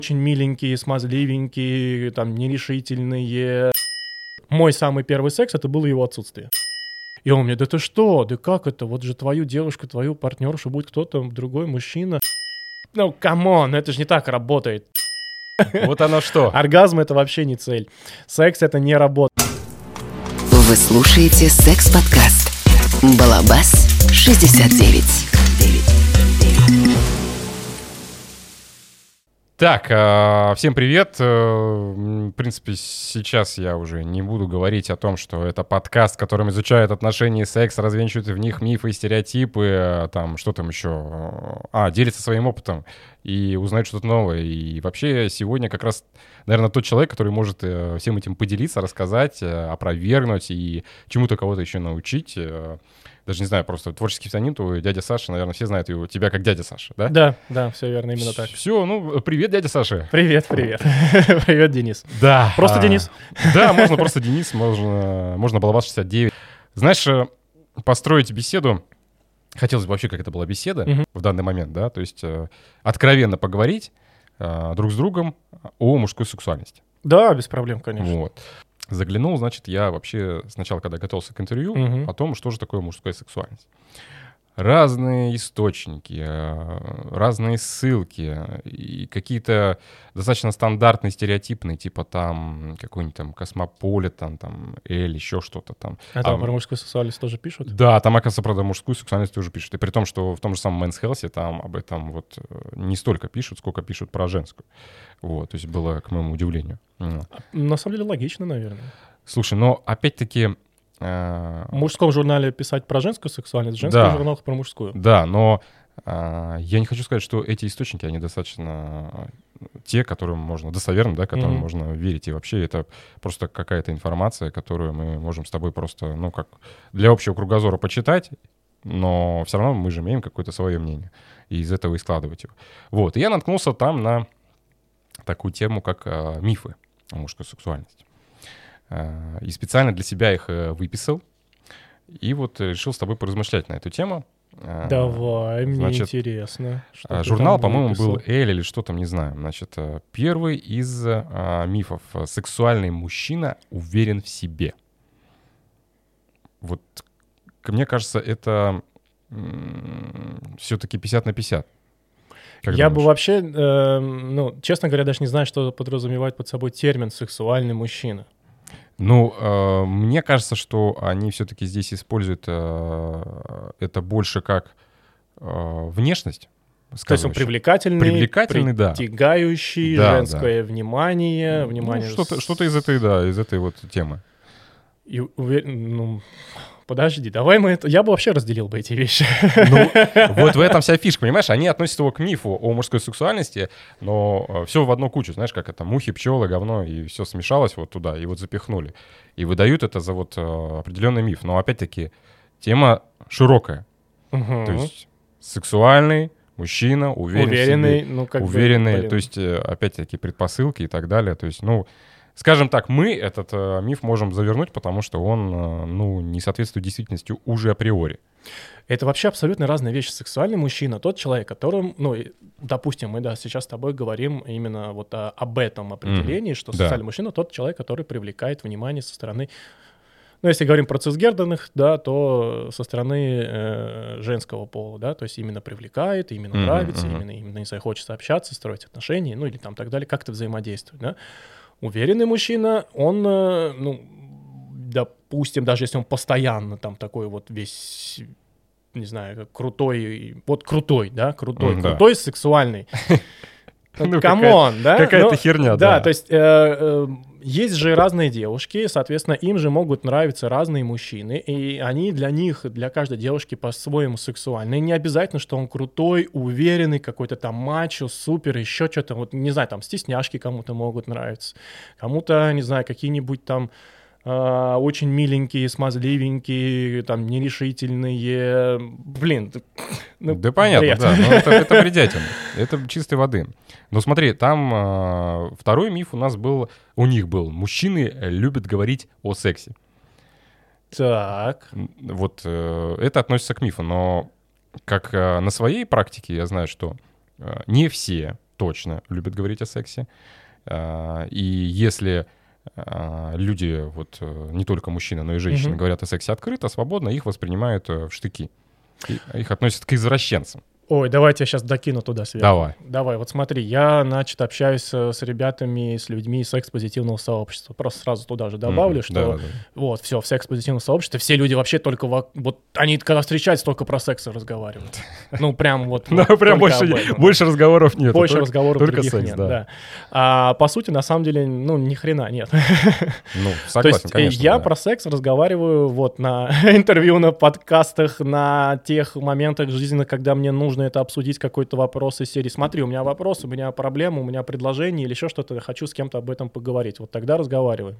очень миленькие, смазливенькие, там, нерешительные. Мой самый первый секс — это было его отсутствие. И он мне: да ты что, да как это, вот же твою девушку, твою партнершу будет кто-то другой мужчина. Ну, камон, это же не так работает. Вот оно что. Оргазм — это вообще не цель. Секс — это не работа. Вы слушаете секс-подкаст «Балабас 69». Так, всем привет. В принципе, сейчас я уже не буду говорить о том, что это подкаст, в котором изучают отношения и секс, развенчивают в них мифы и стереотипы, там, что там еще, делятся своим опытом и узнают что-то новое. И вообще сегодня как раз, наверное, тот человек, который может всем этим поделиться, рассказать, опровергнуть и чему-то кого-то еще научить. Даже не знаю, просто творческий псевдоним твой, дядя Саша, наверное, все знают его, тебя как дядя Саша, да? Да, все верно, именно так. Все, ну, привет, дядя Саша. Привет. Привет, Денис. Да. Просто Денис. Да, можно просто Денис, можно Балабас 69. Знаешь, построить беседу, хотелось бы вообще, как это была беседа в данный момент, да, то есть откровенно поговорить друг с другом о мужской сексуальности. Да, без проблем, конечно. Вот. Заглянул, значит, я вообще сначала, когда готовился к интервью, о том, что же такое мужская сексуальность. Разные источники, разные ссылки и какие-то достаточно стандартные, стереотипные, типа там какой-нибудь там Космополитен, там Эль, еще что-то там. А там про мужскую сексуальность тоже пишут? Да, там, оказывается, про мужскую сексуальность тоже пишут. И при том, что в том же самом Men's Health там об этом вот не столько пишут, сколько пишут про женскую. Вот, то есть было, к моему удивлению. На самом деле логично, наверное. Слушай, но опять-таки... В мужском журнале писать про женскую сексуальность, в женском журнале про мужскую. Да, но я не хочу сказать, что эти источники, они достаточно те, которым можно, достоверны, да, которым можно верить. И вообще это просто какая-то информация, которую мы можем с тобой просто, ну, как для общего кругозора почитать, но все равно мы же имеем какое-то свое мнение, и из этого и складывать его. Вот, и я наткнулся там на такую тему, как мифы о мужской сексуальности. И специально для себя их выписал. И вот решил с тобой поразмышлять на эту тему. Давай, мне интересно. Журнал, по-моему, был «Эль» или что там, не знаю. Значит, первый из мифов. Сексуальный мужчина уверен в себе. Вот, мне кажется, это все-таки 50 на 50. Я бы вообще, честно говоря, даже не знаю, что подразумевает под собой термин «сексуальный мужчина». Ну, мне кажется, что они все-таки здесь используют это больше как внешность. То есть он привлекательный, притягающий, да. женское внимание. Что-то из этой вот темы. Подожди, давай мы это... Я бы вообще разделил бы эти вещи. Ну, вот в этом вся фишка, понимаешь? Они относят его к мифу о мужской сексуальности, но все в одну кучу, знаешь, как это, мухи, пчелы, говно, и все смешалось вот туда, и вот запихнули. И выдают это за вот определенный миф. Но опять-таки тема широкая. То есть сексуальный мужчина, уверенный в себе, уверенный, то есть опять-таки предпосылки и так далее. То есть, скажем так, мы этот миф можем завернуть, потому что он, не соответствует действительности уже априори. Это вообще абсолютно разные вещи. Сексуальный мужчина — тот человек, которым, допустим, мы сейчас с тобой говорим именно вот об этом определении, что сексуальный мужчина — тот человек, который привлекает внимание со стороны... если говорим про цисгендерных, да, то со стороны женского пола, да, то есть именно привлекает, именно нравится, именно, не знаю, хочется общаться, строить отношения, или там так далее, как-то взаимодействовать, да. Уверенный мужчина, он, допустим, даже если он постоянно там такой вот весь, не знаю, крутой, крутой, сексуальный. Камон, да? Какая-то херня, да. Да, то есть есть же разные девушки, соответственно, им же могут нравиться разные мужчины, и они для каждой девушки по-своему сексуальны. И не обязательно, что он крутой, уверенный, какой-то там мачо, супер, еще что-то. Вот, не знаю, там стесняшки кому-то могут нравиться, кому-то, не знаю, какие-нибудь там очень миленькие, смазливенькие, там, нерешительные. Блин. Да понятно, бред. Да. Но это бредятина. Это чистой воды. Но смотри, там второй миф у них был. Мужчины любят говорить о сексе. Так. Вот это относится к мифу. Но как на своей практике я знаю, что не все, точно любят говорить о сексе. И если люди, вот не только мужчины, но и женщины говорят о сексе открыто, свободно, их воспринимают в штыки. Их относят к извращенцам. Ой, давайте я сейчас докину туда сверху. Давай, вот смотри, я, значит, общаюсь с ребятами, с людьми из секс-позитивного сообщества. Просто сразу туда же добавлю, что вот, все, в секс-позитивном сообществе все люди вообще только, вот, они когда встречаются, только про секс разговаривают. Ну, прям вот. Ну, прям больше разговоров нет. Больше разговоров других нет, да. А по сути, на самом деле, ну, ни хрена нет. Ну, согласен, конечно. То есть я про секс разговариваю вот на интервью, на подкастах, на тех моментах жизненных, когда мне нужно это обсудить, какой-то вопрос из серии. Смотри, у меня вопрос, у меня проблема, у меня предложение или еще что-то, я хочу с кем-то об этом поговорить. Вот тогда разговариваем.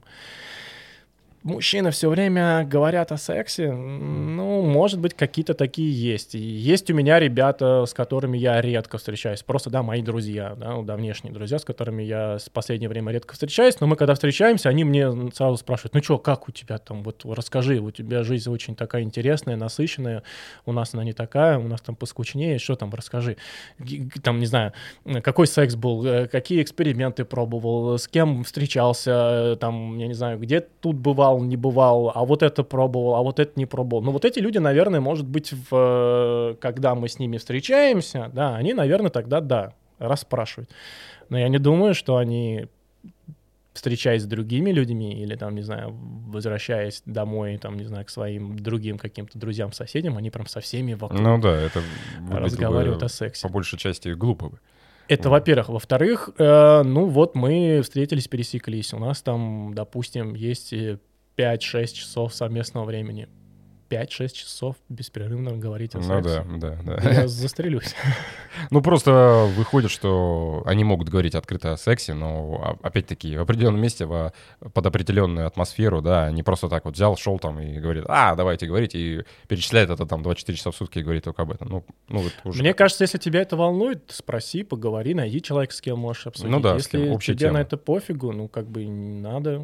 Мужчины все время говорят о сексе, ну, может быть, какие-то такие есть. И есть у меня ребята, с которыми я редко встречаюсь, просто, да, мои друзья, да, давнешние друзья, с которыми я в последнее время редко встречаюсь, но мы, когда встречаемся, они мне сразу спрашивают, ну что, как у тебя там, вот расскажи, у тебя жизнь очень такая интересная, насыщенная, у нас она не такая, у нас там поскучнее, что там, расскажи. Там, не знаю, какой секс был, какие эксперименты пробовал, с кем встречался, там, я не знаю, где тут бывал, не бывал, а вот это пробовал, а вот это не пробовал. Ну вот эти люди, наверное, может быть, когда мы с ними встречаемся, да, они, наверное, тогда, да, расспрашивают. Но я не думаю, что они, встречаясь с другими людьми или, там, не знаю, возвращаясь домой, там, не знаю, к своим другим каким-то друзьям, соседям, они прям со всеми вокруг это разговаривают о сексе. По большей части глупо бы. Это, во-первых. Во-вторых, ну вот мы встретились, пересеклись. У нас там, допустим, есть 5-6 часов совместного времени. 5-6 часов беспрерывно говорить о сексе. Ну да. Я застрелюсь. Ну просто выходит, что они могут говорить открыто о сексе, но опять-таки в определенном месте, под определенную атмосферу, да, не просто так вот взял, шел там и говорит, давайте говорить, и перечисляет это там 24 часа в сутки и говорит только об этом. Ну, вот уже. Мне кажется, если тебя это волнует, спроси, поговори, найди человека, с кем можешь обсудить. Ну да, если тебе на это пофигу, ну как бы не надо.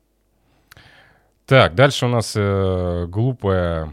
Так, дальше у нас глупый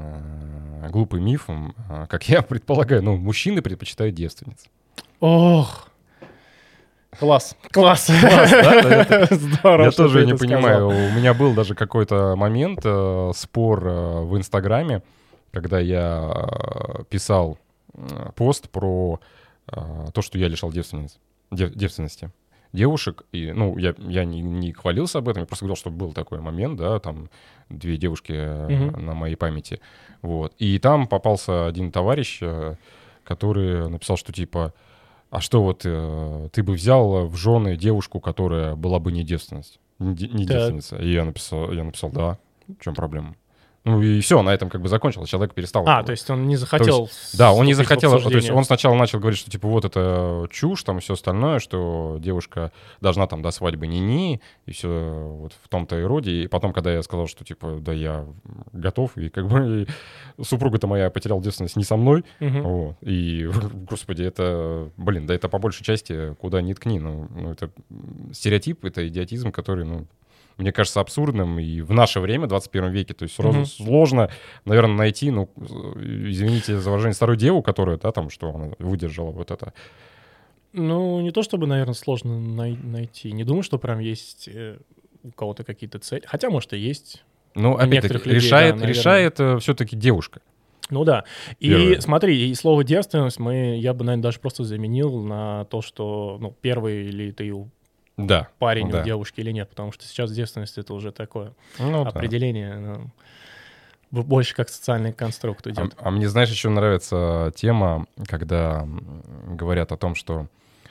миф, как я предполагаю, мужчины предпочитают девственниц. Ох, класс, да? Здорово. Я тоже не понимаю, у меня был даже какой-то момент, спор в Инстаграме, когда я писал пост про то, что я лишал девственности девушек, и, я не хвалился об этом, я просто говорил, что был такой момент, да, там 2 девушки на моей памяти, вот, и там попался один товарищ, который написал, что типа, а что вот ты бы взял в жены девушку, которая была бы не девственница, и я написал, да, в чем проблема? Ну и все, на этом как бы закончилось, человек перестал. То есть он не захотел. Да, он не захотел. То есть он сначала начал говорить, что типа вот это чушь, там все остальное, что девушка должна там до свадьбы ни-ни, и все вот в том-то и роде. И потом, когда я сказал, что типа да я готов, и как бы супруга-то моя потеряла девственность не со мной, вот, и, господи, это, да это по большей части куда ни ткни, это стереотип, это идиотизм, который, мне кажется, абсурдным и в наше время, в 21 веке, то есть сложно, наверное, найти, извините за выражение, старую деву, которая, да, там, что она выдержала вот это. Ну, не то чтобы, наверное, сложно найти. Не думаю, что прям есть у кого-то какие-то цели. Хотя, может, и есть. Ну, опять-таки, решает все-таки девушка. Ну да. И смотри, и слово «девственность» я бы, наверное, даже просто заменил на то, что, первый или ты парень у девушки или нет, потому что сейчас девственность — это уже такое определение, больше как социальный конструкт идет. А мне, знаешь, еще нравится тема, когда говорят о том, что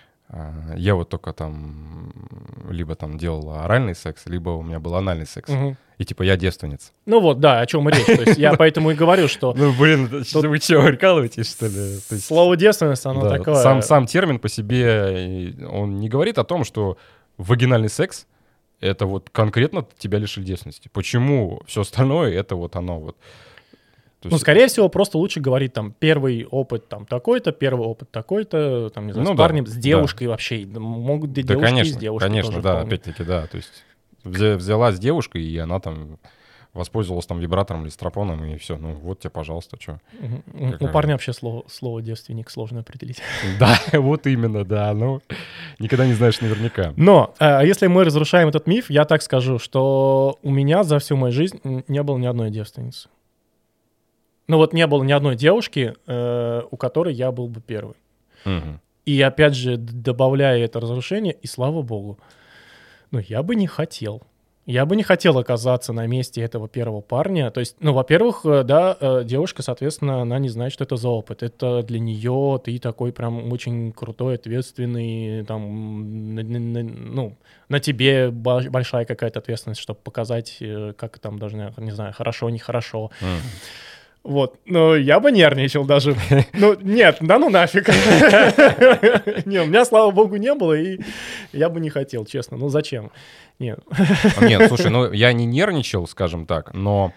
я вот только там либо там делал оральный секс, либо у меня был анальный секс. И типа я девственница. Ну вот, да, о чем и речь. То есть я поэтому и говорю, что... вы что, прикалываетесь, что ли? Слово «девственность», оно такое... Сам термин по себе, он не говорит о том, что вагинальный секс — это вот конкретно тебя лишили девственности. Почему все остальное — это вот оно вот... скорее всего, просто лучше говорить там первый опыт там такой-то, первый опыт такой-то, там, не знаю, с парнем, с девушкой вообще. Могут быть девушки конечно, с девушкой. Конечно, тоже да, вполне. опять-таки, да. То есть взяла с девушкой, и она там воспользовалась там вибратором или стропоном, и все, ну вот тебе, пожалуйста, что. У парня вообще слово «девственник» сложно определить. Да, вот именно, да, ну, никогда не знаешь наверняка. Но если мы разрушаем этот миф, я так скажу, что у меня за всю мою жизнь не было ни одной девственницы. Ну вот не было ни одной девушки, у которой я был бы первый. И опять же, добавляя это разрушение, и слава богу, ну я бы не хотел. Я бы не хотел оказаться на месте этого первого парня. То есть, ну, во-первых, да, девушка, соответственно, она не знает, что это за опыт. Это для нее ты такой прям очень крутой, ответственный, там, ну, на тебе большая какая-то ответственность, чтобы показать, как там должны, не знаю, хорошо, нехорошо. Вот, ну, я бы нервничал даже. Ну, нет, да ну нафиг. Не, у меня, слава богу, не было, и я бы не хотел, честно. Ну, зачем? Нет. Нет, слушай, ну, я не нервничал, скажем так, но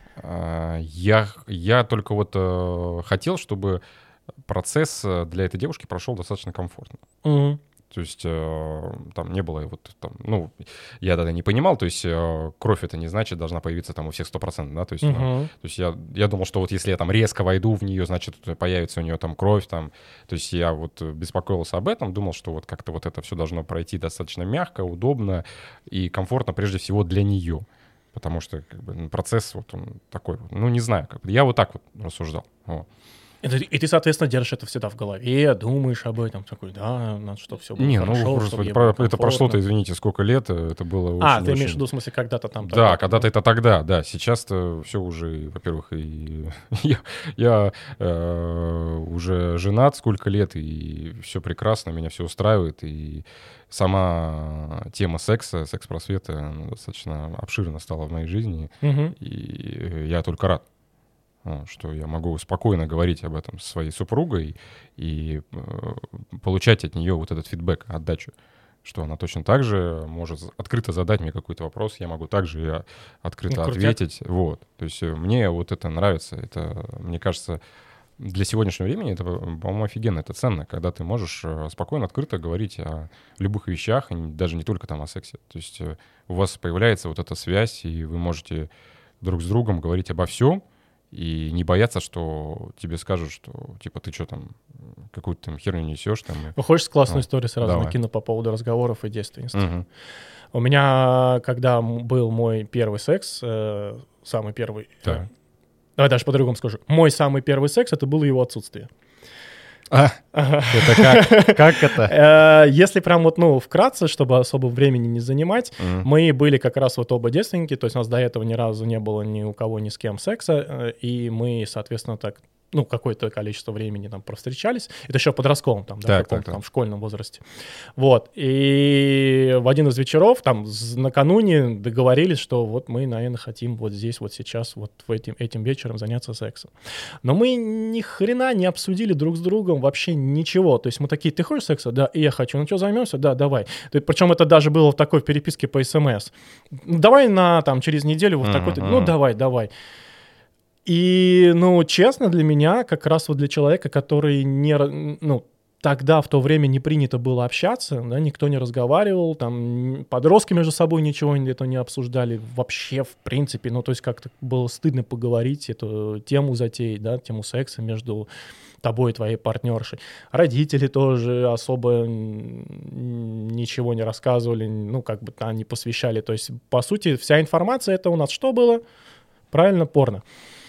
я только вот хотел, чтобы процесс для этой девушки прошел достаточно комфортно. То есть там не было вот там, ну, я тогда не понимал, то есть кровь это не значит должна появиться там у всех 100%, да, то есть, то есть я думал, что вот если я там резко войду в нее, значит, появится у нее там кровь, там, то есть я вот беспокоился об этом, думал, что вот как-то вот это все должно пройти достаточно мягко, удобно и комфортно прежде всего для нее, потому что как бы, процесс вот он такой, ну, не знаю, как бы, я вот так вот рассуждал, вот. И ты, соответственно, держишь это всегда в голове, думаешь об этом, такой, да, надо, чтобы все было хорошо. Ну, господи, это прошло-то, извините, сколько лет, это было очень... ты имеешь в виду, в смысле, когда-то там... Да, когда-то это тогда, да. Сейчас-то все уже, во-первых, и я уже женат сколько лет, и все прекрасно, меня все устраивает, и сама тема секса, секс-просвета достаточно обширно стала в моей жизни, и я только рад, что я могу спокойно говорить об этом со своей супругой и получать от нее вот этот фидбэк, отдачу, что она точно так же может открыто задать мне какой-то вопрос, я могу также и открыто ответить. Вот. То есть мне вот это нравится. Это, мне кажется, для сегодняшнего времени это, по-моему, офигенно, это ценно, когда ты можешь спокойно, открыто говорить о любых вещах, даже не только там о сексе. То есть у вас появляется вот эта связь, и вы можете друг с другом говорить обо всем, и не бояться, что тебе скажут, что, типа, ты что там, какую-то там херню несешь. Там, хочешь классную историю сразу накину по поводу разговоров и девственности? У меня, когда был мой первый секс, самый первый... Да. Давай даже по-другому скажу. Мой самый первый секс — это было его отсутствие. Это как это? Если прям вот, ну, вкратце, чтобы особо времени не занимать, мы были как раз вот оба девственники, то есть у нас до этого ни разу не было ни у кого ни с кем секса, и мы, соответственно, так, ну, какое-то количество времени там провстречались. Это еще в подростковом, там, да, каком-то там в школьном возрасте. Вот. И в один из вечеров, там, накануне договорились, что вот мы, наверное, хотим вот здесь, вот сейчас, вот этим вечером заняться сексом. Но мы ни хрена не обсудили друг с другом вообще ничего. То есть мы такие, ты хочешь секса? Да, и я хочу. Ну что, займемся? Да, давай. Причем это даже было в такой переписке по СМС. Давай там через неделю вот такой-то. Ну, давай. И, ну, честно, для меня, как раз вот для человека, который тогда в то время не принято было общаться, да, никто не разговаривал, там подростки между собой ничего это не обсуждали вообще, в принципе, ну, то есть как-то было стыдно поговорить, эту тему затеять, да, тему секса между тобой и твоей партнершей. Родители тоже особо ничего не рассказывали, ну, как бы там не посвящали, то есть, по сути, вся информация — это у нас что было? Правильно, порно.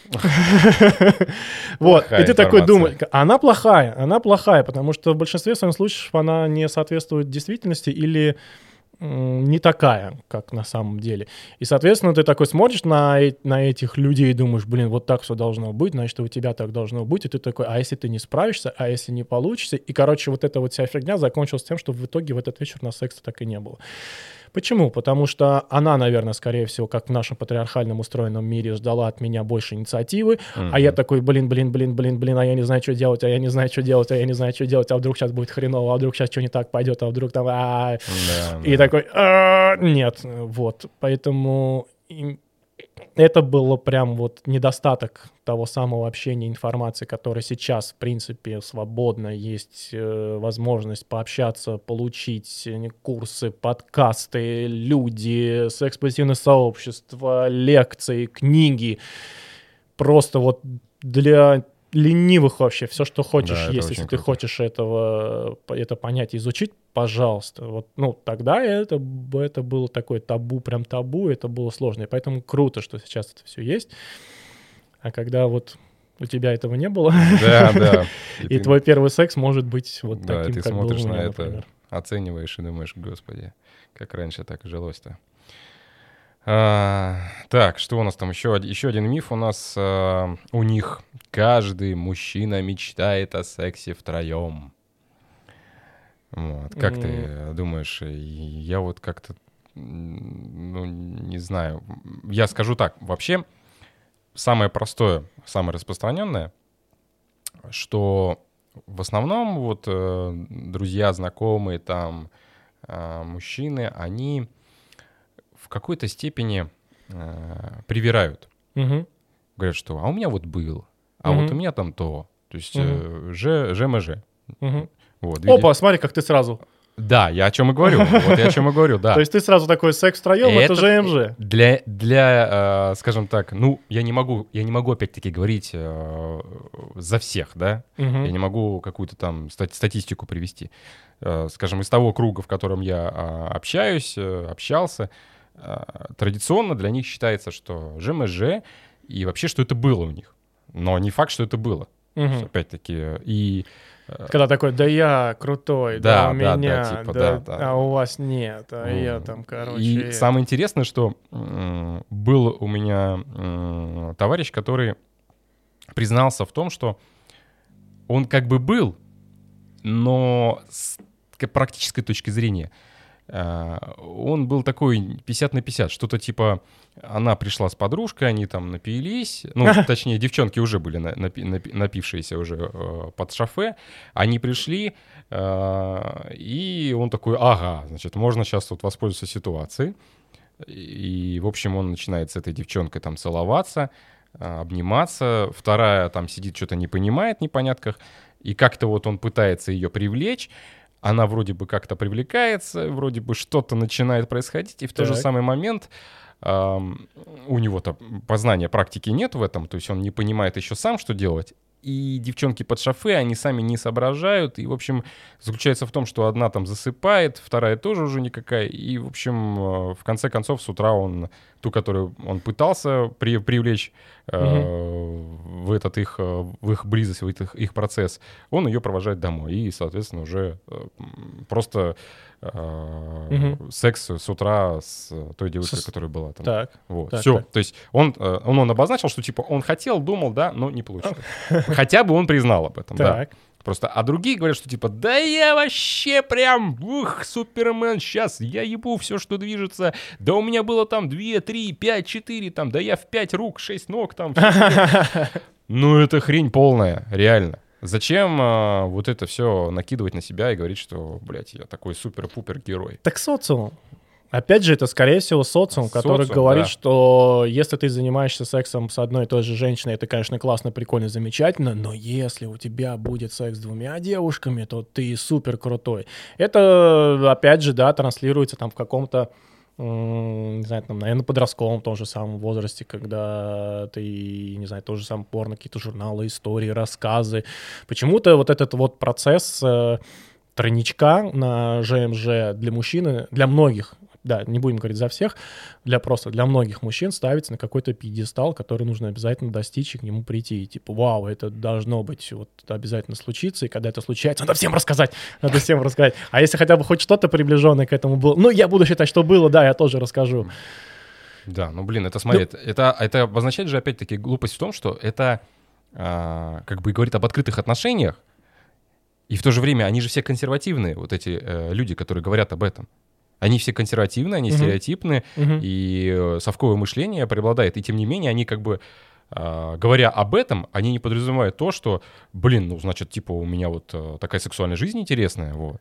Вот, и ты такой думаешь, она плохая, потому что в большинстве своем случаев она не соответствует действительности или не такая, как на самом деле. И, соответственно, ты такой смотришь на этих людей и думаешь, блин, вот так все должно быть, значит, у тебя так должно быть, и ты такой, а если ты не справишься, а если не получится? И, короче, вот эта вот вся фигня закончилась тем, что в итоге в этот вечер на секса так и не было. Почему? Потому что она, наверное, скорее всего, как в нашем патриархальном устроенном мире, ждала от меня больше инициативы, а я такой, блин, а я не знаю, что делать, а вдруг сейчас будет хреново, а вдруг сейчас что не так пойдет, а вдруг там... И такой, нет, вот, поэтому... это было прям вот недостаток того самого общения, информации, которая сейчас, в принципе, свободно, есть возможность пообщаться, получить курсы, подкасты, люди, секс-позитивное сообщество, лекции, книги. Просто вот для ленивых вообще все, что хочешь, есть. Если ты хочешь это понять, изучить, пожалуйста. Вот, ну, тогда это было такое табу, прям табу, это было сложно. И поэтому круто, что сейчас это все есть. А когда вот у тебя этого не было, и твой первый секс может быть вот таким, как был у меня, например. Оцениваешь и думаешь, господи, как раньше так и жилось-то. Так, что у нас там еще один миф у нас. У них каждый мужчина мечтает о сексе втроем. Вот. Как ты думаешь? Я вот как-то, ну, не знаю. Я скажу так. Вообще, самое простое, самое распространенное, что в основном вот друзья, знакомые, там, мужчины, они в какой-то степени привирают. Говорят, что «а у меня вот был», «а вот у меня там то». То есть ЖМЖ. Вот, опа, смотри, как ты сразу. Да, я о чем и говорю. Вот я о чем и говорю, да. То есть ты сразу такой секс втроем, это ЖМЖ. Для, скажем так, ну, я не могу опять-таки говорить за всех, да. Я не могу какую-то там статистику привести. Скажем, из того круга, в котором я общался, традиционно для них считается, что ЖМЖ и вообще, что это было у них. Но не факт, что это было. Опять-таки, и... Когда такой, да я крутой, да у меня, типа, да, а у вас нет, а я там, короче... И самое интересное, что был у меня товарищ, который признался в том, что он как бы был, но с практической точки зрения он был такой 50 на 50, что-то типа она пришла с подружкой, они там напились, ну, точнее, девчонки уже были напившиеся уже под шофе, они пришли, и он такой, ага, значит, можно сейчас тут воспользоваться ситуацией, и, в общем, он начинает с этой девчонкой там целоваться, обниматься, вторая там сидит, что-то не понимает, в непонятках, и как-то вот он пытается ее привлечь, она вроде бы как-то привлекается, вроде бы что-то начинает происходить, и в тот же самый момент у него-то познания практики нет в этом, то есть он не понимает еще сам, что делать. И девчонки под шофе, они сами не соображают. И, в общем, заключается в том, что одна там засыпает, вторая тоже уже никакая. И, в общем, в конце концов, с утра он ту, которую он пытался привлечь в их близость, в их процесс, он ее провожает домой. И, соответственно, уже просто секс с утра с той девушкой, которая была там. Так. Вот. Все. Так. То есть он обозначил, что типа он хотел, думал, да, но не получилось. Хотя бы он признал об этом, да. Просто, а другие говорят, что типа, да я вообще прям, супермен, сейчас я ебу все, что движется, да у меня было там 2, 3, 5, 4, там, да я в 5 рук, 6 ног, там. Ну это хрень полная, реально. Зачем вот это все накидывать на себя и говорить, что, блядь, я такой супер-пупер герой? Так социум. Опять же, это, скорее всего, социум, который говорит, что если ты занимаешься сексом с одной и той же женщиной, это, конечно, классно, прикольно, замечательно, но если у тебя будет секс с 2 девушками, то ты супер крутой. Это, опять же, да, транслируется там в каком-то, не знаю, там, наверное, подростковом том же самом возрасте, когда ты, не знаю, то же самое порно, какие-то журналы, истории, рассказы. Почему-то вот этот вот процесс тройничка на ЖМЖ для мужчины, для многих, да, не будем говорить за всех, для многих мужчин ставится на какой-то пьедестал, который нужно обязательно достичь и к нему прийти. И типа, вау, это должно быть, вот это обязательно случится, и когда это случается, надо всем рассказать. А если хотя бы хоть что-то приближенное к этому было, ну, я буду считать, что было, да, я тоже расскажу. Да, ну, блин, это, смотри, это обозначает же, опять-таки, глупость в том, что это как бы говорит об открытых отношениях, и в то же время они же все консервативные, вот эти люди, которые говорят об этом. Они все консервативные, они стереотипные, и совковое мышление преобладает. И тем не менее, они как бы, говоря об этом, они не подразумевают то, что, блин, ну, значит, типа, у меня вот такая сексуальная жизнь интересная, вот.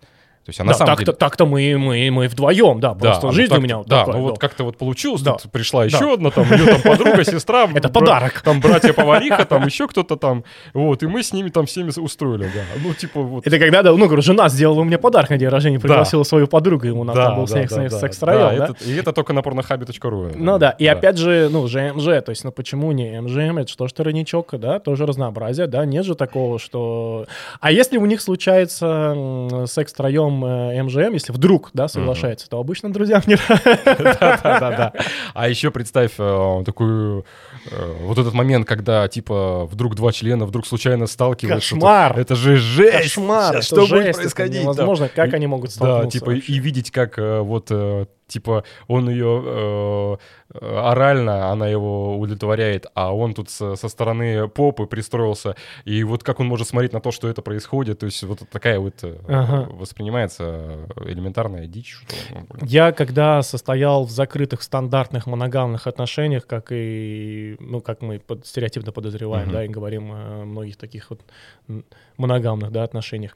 То есть, на самом деле... Так-то мы вдвоем, да, просто жизнь у меня вот такая. Да, ну вот как-то вот получилось, тут пришла еще одна, там, ее там подруга, сестра. Это подарок. Там братья-повариха, там еще кто-то там, вот, и мы с ними там всеми устроили, да. Ну, типа вот. Это когда, говорю, жена сделала мне подарок на день рождения, пригласила свою подругу, и у нас там был секс-район, да? И это только на pornohub.ru. Ну да, и опять же, ЖМЖ, то есть, почему не МЖМ, это что ж тройничок, да, тоже разнообразие, да, нет же такого, что... А если у них случается секс втроем МЖМ, если вдруг, да, соглашается, то обычно друзьям не... Да. А еще представь такую... Вот этот момент, когда, типа, вдруг два члена вдруг случайно сталкиваются. Кошмар! Это же жесть! Кошмар! Что будет происходить? Невозможно, как они могут столкнуться. Да, типа, и видеть, как вот... Типа, он ее орально, она его удовлетворяет, а он тут со стороны попы пристроился. И вот как он может смотреть на то, что это происходит. То есть вот такая вот воспринимается элементарная дичь. Что, Я когда состоял в закрытых стандартных моногамных отношениях, как и, как мы стереотипно подозреваем, да, и говорим о многих таких вот моногамных, да, отношениях,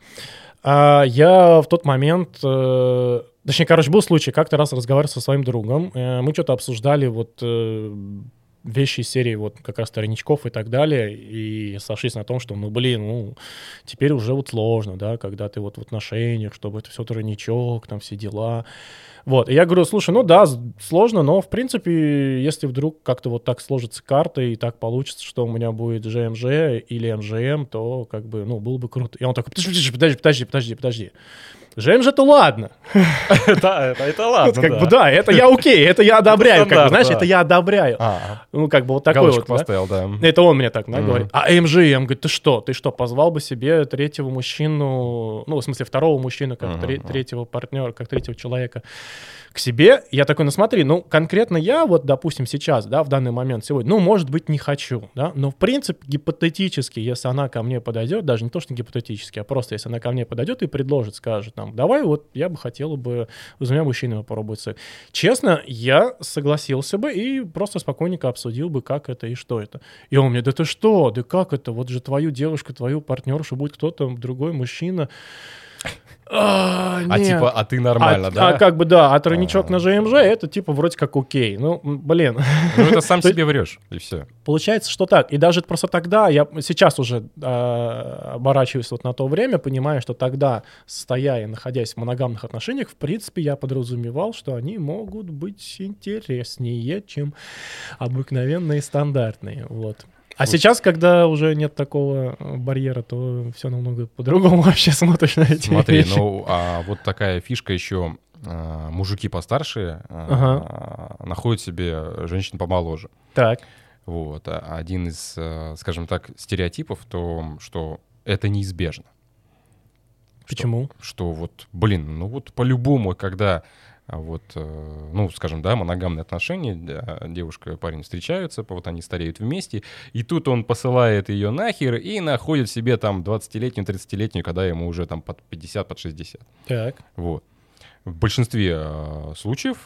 я в тот момент... Точнее, был случай, как-то раз разговаривал со своим другом, мы что-то обсуждали вот вещи из серии вот как раз тройничков и так далее, и сошлись на том, что, теперь уже вот сложно, да, когда ты вот в отношениях, чтобы это все тройничок, там все дела. Вот, и я говорю, слушай, сложно, но, в принципе, если вдруг как-то вот так сложится карта и так получится, что у меня будет ЖМЖ или МЖМ, то как бы, было бы круто. И он такой, подожди. ЖМЖ-то ладно. Это ладно, да. Это я окей, это я одобряю, это я одобряю. Вот такой галочку вот. Поставил, да. Это он мне так говорит. А МЖМ, говорит, ты что, позвал бы себе третьего мужчину, в смысле второго мужчину, как третьего партнера, как третьего человека к себе? Я такой, смотри, конкретно я вот, допустим, сейчас, да, в данный момент, сегодня, может быть, не хочу, да, но в принципе гипотетически, если она ко мне подойдет, даже не то, что гипотетически, а просто если она ко мне подойдет и предложит, скажет, давай вот я бы хотела бы с двумя мужчинами попробовать секс. Честно, я согласился бы и просто спокойненько обсудил бы, как это и что это. И он мне, да ты что, да как это, вот же твою девушку, твою партнершу будет кто-то другой мужчина. А ты нормально, да? А тройничок на ЖМЖ, это вроде как окей. это сам себе врешь, и все. Получается, что так. И даже просто тогда, я сейчас уже оборачиваюсь вот на то время, понимаю, что тогда, стоя и находясь в моногамных отношениях, в принципе, я подразумевал, что они могут быть интереснее, чем обыкновенные стандартные. Вот. А сейчас, когда уже нет такого барьера, то все намного по-другому вообще смотришь на эти вещи. Смотри, вот такая фишка еще. Мужики постарше находят себе женщин помоложе. Так. Вот. Один из, скажем так, стереотипов в том, что это неизбежно. Почему? Что по-любому, когда... скажем, да, моногамные отношения, девушка и парень встречаются, вот они стареют вместе, и тут он посылает ее нахер и находит себе там 20-летнюю, 30-летнюю, когда ему уже там под 50, под 60. Так. Вот. В большинстве случаев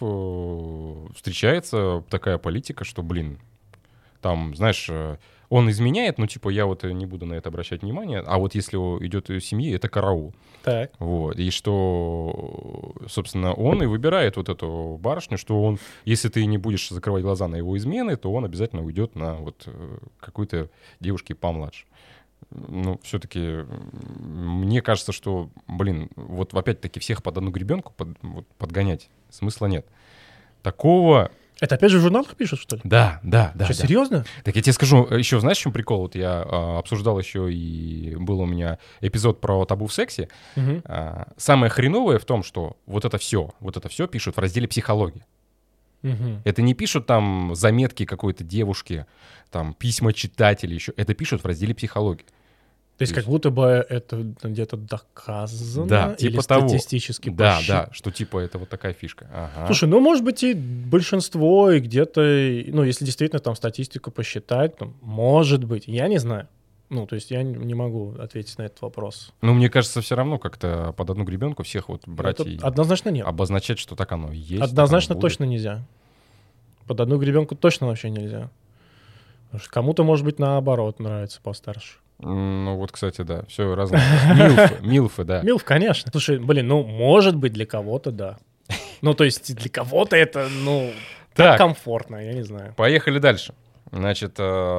встречается такая политика, что, там, знаешь, он изменяет, я вот не буду на это обращать внимание, а вот если идет из семьи, это караул. Так. Вот. И что, собственно, он и выбирает вот эту барышню, что он, если ты не будешь закрывать глаза на его измены, то он обязательно уйдет на вот какой-то девушке помладше. Все-таки мне кажется, что, вот опять-таки всех под одну гребенку подгонять смысла нет. Такого... Это опять же в журналах пишут, что ли? Да. Что, серьезно? Так я тебе скажу, еще знаешь, в чем прикол? Вот я обсуждал еще, и был у меня эпизод про табу в сексе. Угу. Самое хреновое в том, что вот это все пишут в разделе «Психология». Угу. Это не пишут там заметки какой-то девушки, там письма читателей еще. Это пишут в разделе «Психология». То есть как будто бы это где-то доказано, да, или статистически посчитано. Да, что это вот такая фишка. Ага. Слушай, может быть и большинство, и где-то, если действительно там статистику посчитать, может быть, я не знаю. То есть я не могу ответить на этот вопрос. Мне кажется, все равно как-то под одну гребенку всех вот брать и однозначно нет. Обозначать, что так оно и есть. Однозначно точно нельзя. Под одну гребенку точно вообще нельзя. Потому что кому-то, может быть, наоборот нравится постарше. Ну вот, кстати, да, все разное. Милфы, да. Милф, конечно. Слушай, блин, ну, может быть, для кого-то, да. Ну, то есть для кого-то это, ну, так комфортно, я не знаю. Поехали дальше. Значит,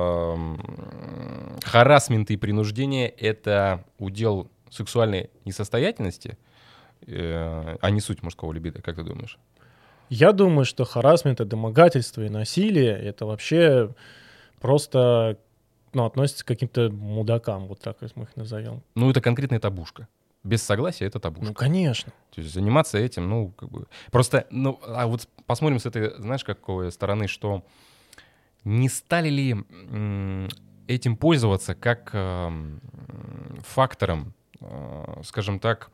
харассмент и принуждение — это удел сексуальной несостоятельности, а не суть мужского либидо, как ты думаешь? Я думаю, что харассмент и домогательство и насилие — это вообще просто, ну, относится к каким-то мудакам, вот так мы их назовем. Ну, это конкретная табушка. Без согласия это табушка. Ну, конечно. То есть заниматься этим, ну, как бы... Просто, ну, а вот посмотрим с этой, знаешь, какой стороны, что не стали ли этим пользоваться как фактором, скажем так,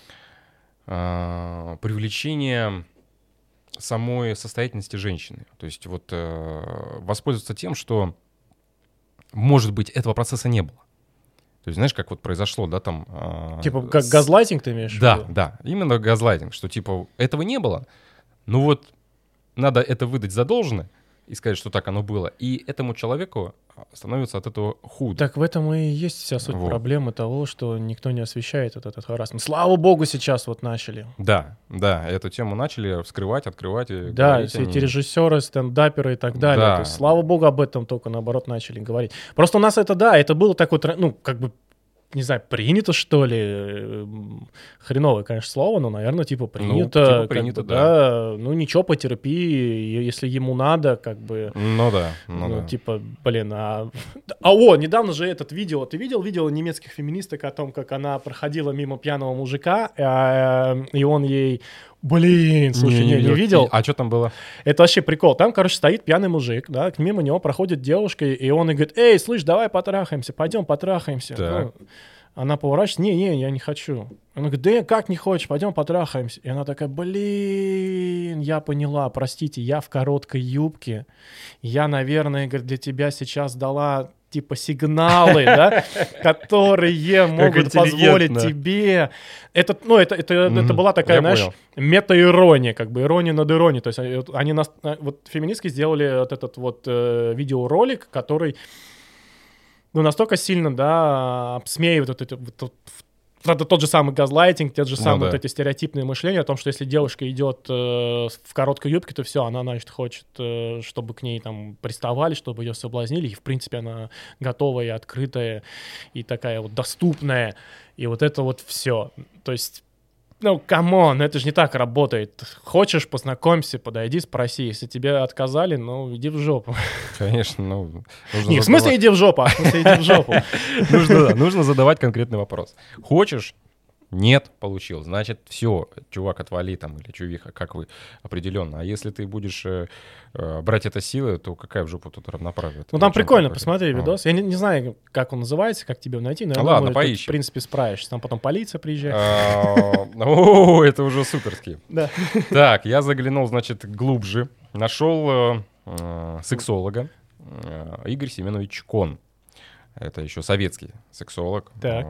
привлечения самой состоятельности женщины. То есть вот воспользоваться тем, что, может быть, этого процесса не было. То есть, знаешь, как вот произошло, да, там... Типа как газлайтинг ты имеешь в виду? Да, именно газлайтинг, что типа этого не было, ну вот надо это выдать за должное и сказать, что так оно было, и этому человеку становится от этого худо. Так в этом и есть вся суть проблемы того, что никто не освещает этот харассмент. Слава богу, сейчас вот начали. Да, эту тему начали вскрывать, открывать. И да, все эти режиссеры, стендаперы и так далее. Да. То есть, слава богу, об этом только, наоборот, начали говорить. Просто у нас это было такое, ну, как бы, не знаю, принято, что ли. Хреновое, конечно, слово, но, наверное, типа принято. Ну, типа принято, да. Ну, ничего, потерпи, если ему надо, как бы... Ну, да. Типа, блин, недавно же этот видео... Ты видел видео немецких феминисток о том, как она проходила мимо пьяного мужика, и он ей... Блин, слушай, не видел. А что там было? Это вообще прикол. Там, короче, стоит пьяный мужик, да, мимо него проходит девушка, и он и говорит: эй, слышь, давай потрахаемся, пойдем потрахаемся. Ну, она поворачивается: не, я не хочу. Он говорит: да как не хочешь, пойдем потрахаемся. И она такая: блин, я поняла, простите, я в короткой юбке. Я, наверное, говорит, для тебя сейчас дала... типа сигналы, да, которые могут позволить тебе... Это была такая, знаешь, мета-ирония, как бы ирония над иронией. То есть они вот феминистки сделали вот этот вот видеоролик, который, ну, настолько сильно, да, обсмеивает это тот же самый газлайтинг, те же самые вот эти стереотипные мышления о том, что если девушка идет в короткой юбке, то все, она, значит, хочет, чтобы к ней там приставали, чтобы ее соблазнили, и, в принципе, она готовая и открытая, и такая вот доступная, и вот это вот все. То есть, ну, камон, это же не так работает. Хочешь, познакомься, подойди, спроси. Если тебе отказали, ну, иди в жопу. Конечно, ну... Не, в смысле иди в жопу, а в смысле иди в жопу. Нужно задавать конкретный вопрос. Хочешь? Нет, получил. Значит, все, чувак, отвали там, или чувиха, как вы, определенно. А если ты будешь брать это силой, то какая в жопу тут равноправие? Ну, там прикольно, посмотри видос. Я не знаю, как он называется, как тебе найти, но я думаю, ты, в принципе, справишься. Там потом полиция приезжает. О, это уже суперски. Да. Так, я заглянул, значит, глубже. Нашел сексолога Игорь Семенович Кон. Это еще советский сексолог. Так.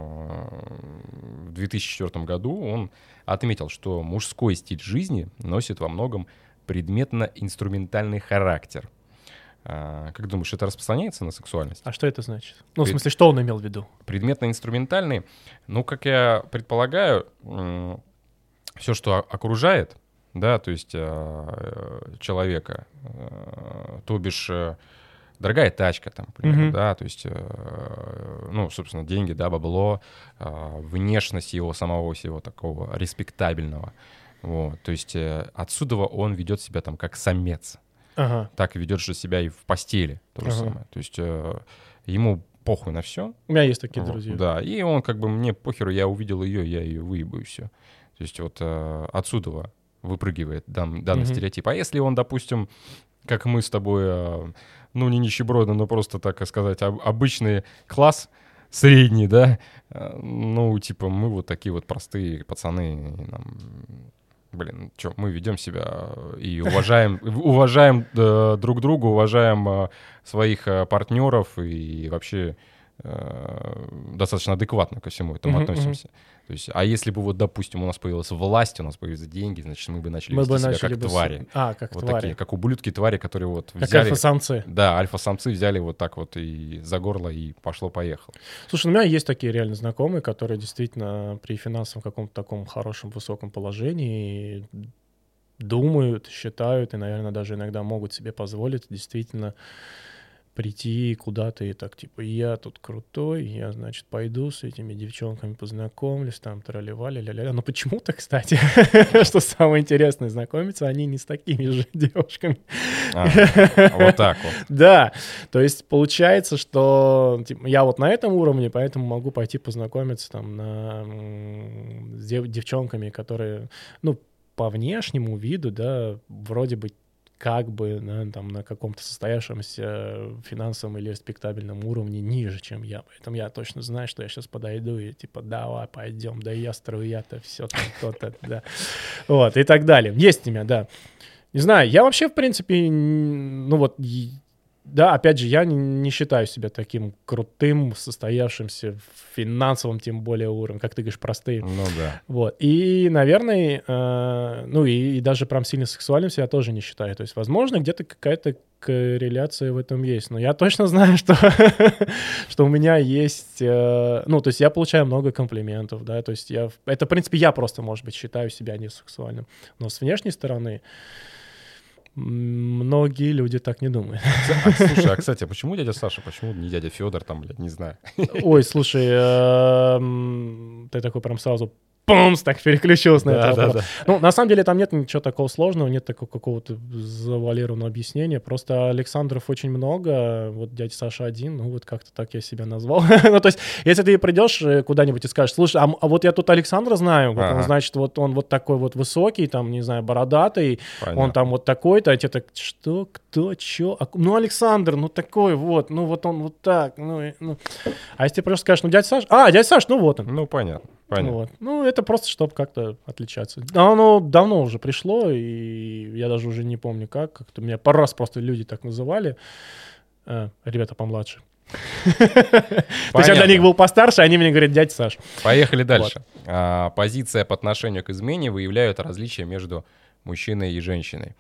В 2004 году он отметил, что мужской стиль жизни носит во многом предметно-инструментальный характер. Как думаешь, это распространяется на сексуальность? А что это значит? Ну, в смысле, что он имел в виду? Предметно-инструментальный, ну, как я предполагаю, все, что окружает, да, то есть человека, то бишь... Дорогая тачка, там, например, да, то есть, ну, собственно, деньги, да, бабло, внешность его самого всего такого респектабельного, вот, то есть отсюда он ведет себя там как самец, так ведет же себя и в постели, то же самое, то есть ему похуй на все. У меня есть такие друзья. Да, и он как бы, мне похеру, я увидел ее, я ее выебу и все. То есть вот отсюда выпрыгивает данный стереотип. А если он, допустим, как мы с тобой... ну, не нищеброды, но просто, так сказать, обычный класс, средний, да, ну, типа, мы вот такие вот простые пацаны, и нам, блин, что, мы ведем себя и уважаем друг друга, уважаем своих партнеров, и вообще достаточно адекватно ко всему этому относимся. То есть, а если бы вот, допустим, у нас появилась власть, у нас появились деньги, значит, мы бы начали вести себя как твари. Как вот твари. Такие, как ублюдки-твари, которые вот как взяли... Как альфа-самцы. Да, альфа-самцы взяли вот так вот и за горло, и пошло-поехало. Слушай, у меня есть такие реально знакомые, которые действительно при финансовом каком-то таком хорошем, высоком положении думают, считают и, наверное, даже иногда могут себе позволить действительно прийти куда-то и так, типа, я тут крутой, я, значит, пойду с этими девчонками познакомлюсь, там, тролливали, ля-ля-ля. Но почему-то, кстати, что самое интересное, знакомиться они не с такими же девушками. Вот так вот. Да, то есть получается, что типа, я вот на этом уровне, поэтому могу пойти познакомиться там с девчонками, которые, ну, по внешнему виду, да, вроде бы как бы там, на каком-то состоявшемся финансовом или респектабельном уровне ниже, чем я. Поэтому я точно знаю, что я сейчас подойду и типа, давай, пойдем, да я струя-то, все там, то-то, да. Вот, и так далее. Есть у меня, да. Не знаю, я вообще, в принципе, ну вот, да, опять же, я не считаю себя таким крутым, состоявшимся в финансовом, тем более уровне, как ты говоришь, простые. Ну да. Вот. И, наверное, ну и даже прям сильно сексуальным себя тоже не считаю. То есть, возможно, где-то какая-то корреляция в этом есть. Но я точно знаю, что, что у меня есть... ну, то есть я получаю много комплиментов, да, то есть это, в принципе, я просто, может быть, считаю себя не сексуальным. Но с внешней стороны многие люди так не думают. Слушай, кстати, а почему дядя Саша? Почему не дядя Федор там, блядь, не знаю? Ой, слушай, ты такой прям сразу пумс, так переключился на это вопрос. Ну, на самом деле там нет ничего такого сложного, нет такого какого-то завуалированного объяснения. Просто Александров очень много, вот дядя Саша один, ну вот как-то так я себя назвал. Ну, то есть, если ты придешь куда-нибудь и скажешь, слушай, а вот я тут Александра знаю, вот он, значит, вот он вот такой вот высокий, там, не знаю, бородатый, он там вот такой-то, а тебе так, что, кто, чё? Ну, Александр, ну такой вот, ну вот он вот так, ну. А если ты просто скажешь, ну, дядя Саш, ну вот он. Ну, понятно. Вот. Ну, это просто, чтобы как-то отличаться. Оно давно уже пришло, и я даже уже не помню как-то меня пару раз просто люди так называли. Ребята помладше. То есть я для них был постарше, они мне говорят, дядя Саш. Поехали дальше. Позиция по отношению к измене выявляет различия между мужчиной и женщиной.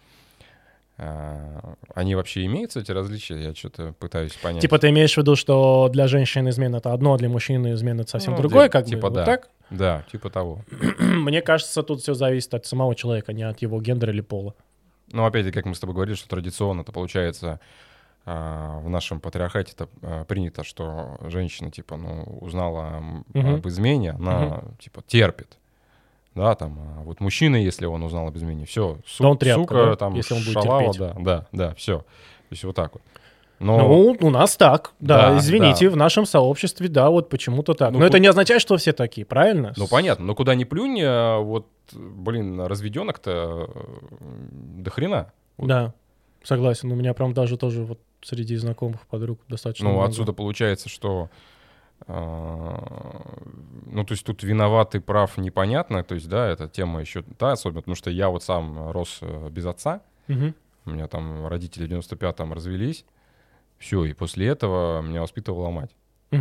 Они вообще имеются, эти различия? Я что-то пытаюсь понять. Типа ты имеешь в виду, что для женщины измена это одно, а для мужчины измена это совсем другое, как типа бы? Да. Вот так? Да, типа того. Мне кажется, тут все зависит от самого человека, не от его гендера или пола. Ну, опять-таки, как мы с тобой говорили, что традиционно это получается в нашем патриархате это принято, что женщина, типа, ну, узнала об измене, она, типа, терпит. Да, там, а вот мужчина, если он узнал об измене, все, тряпка, сука, да? там, если он будет шалава, терпеть. да, все. То есть вот так вот. Ну, у нас так, да, извините, да. В нашем сообществе, да, вот почему-то так. Но это не означает, что все такие, правильно? Ну, понятно, но куда ни плюнь, вот, блин, разведенок-то до хрена. Да, согласен, у меня прям даже тоже вот среди знакомых подруг достаточно много. Ну, отсюда получается, что... ну, то есть тут виноват и прав непонятно, то есть, да, эта тема еще, да, особенно, потому что я вот сам рос без отца, у меня там родители в 95-м развелись, все, и после этого меня воспитывала мать.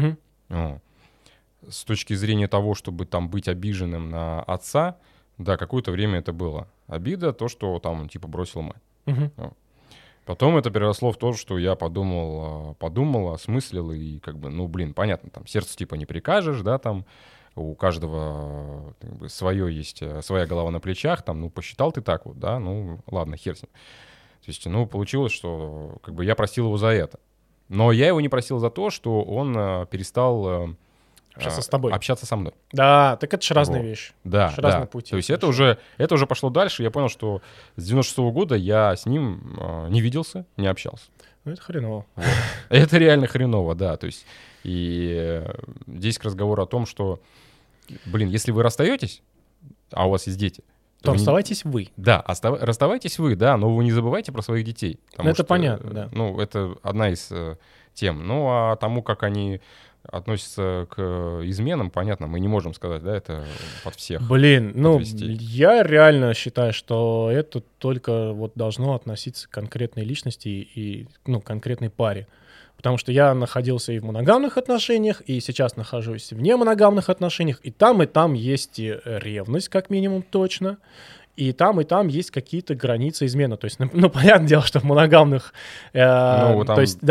С точки зрения того, чтобы там быть обиженным на отца, да, какое-то время это было. Обида, то, что там, типа, бросил мать. Потом это переросло в то, что я подумал, осмыслил, и как бы, ну, блин, понятно, там, сердцу типа не прикажешь, да, там, у каждого как бы, свое есть, своя голова на плечах, там, ну, посчитал ты так вот, да, ну, ладно, хер с ним. То есть, ну, получилось, что как бы я простил его за это. Но я его не простил за то, что он перестал... общаться с тобой. Общаться со мной. Да, так это же разные вещи. Да, да. Разные пути. То есть это уже пошло дальше. Я понял, что с 96-го года я с ним не виделся, не общался. Ну, это хреново. Вот. Это реально хреново, да. То есть и здесь к разговору о том, что, блин, если вы расстаетесь, а у вас есть дети, то расставайтесь вы. Да, расставайтесь вы, да, но вы не забывайте про своих детей. Это понятно, да. Ну, это одна из тем. Ну, а тому, как они относится к изменам, понятно, мы не можем сказать, да, это под всех. Блин, подвести. Я реально считаю, что это только вот должно относиться к конкретной личности и конкретной паре. Потому что я находился и в моногамных отношениях, и сейчас нахожусь в немоногамных отношениях, и там есть и ревность, как минимум, точно. И там есть какие-то границы измены. То есть, понятное дело, что в моногамных... то есть,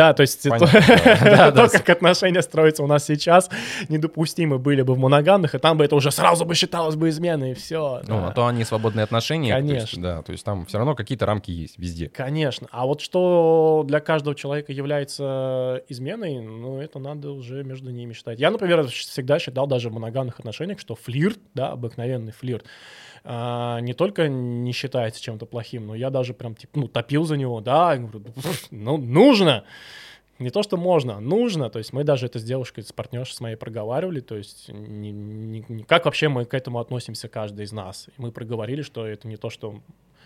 как отношения строятся у нас сейчас, недопустимы были бы в моногамных, и там бы это уже сразу бы считалось бы изменой, и все. А то они свободные отношения. Конечно. То есть там все равно какие-то рамки есть везде. Конечно. А вот что для каждого человека является изменой, это надо уже между ними считать. Я, например, всегда считал даже в моногамных отношениях, что флирт, да, обыкновенный флирт, не только не считается чем-то плохим, но я даже прям топил за него, да, говорю, нужно. Не то, что можно, нужно. То есть мы даже это с девушкой, с партнершей с моей проговаривали, то есть как вообще мы к этому относимся, каждый из нас. И мы проговорили, что это не то, что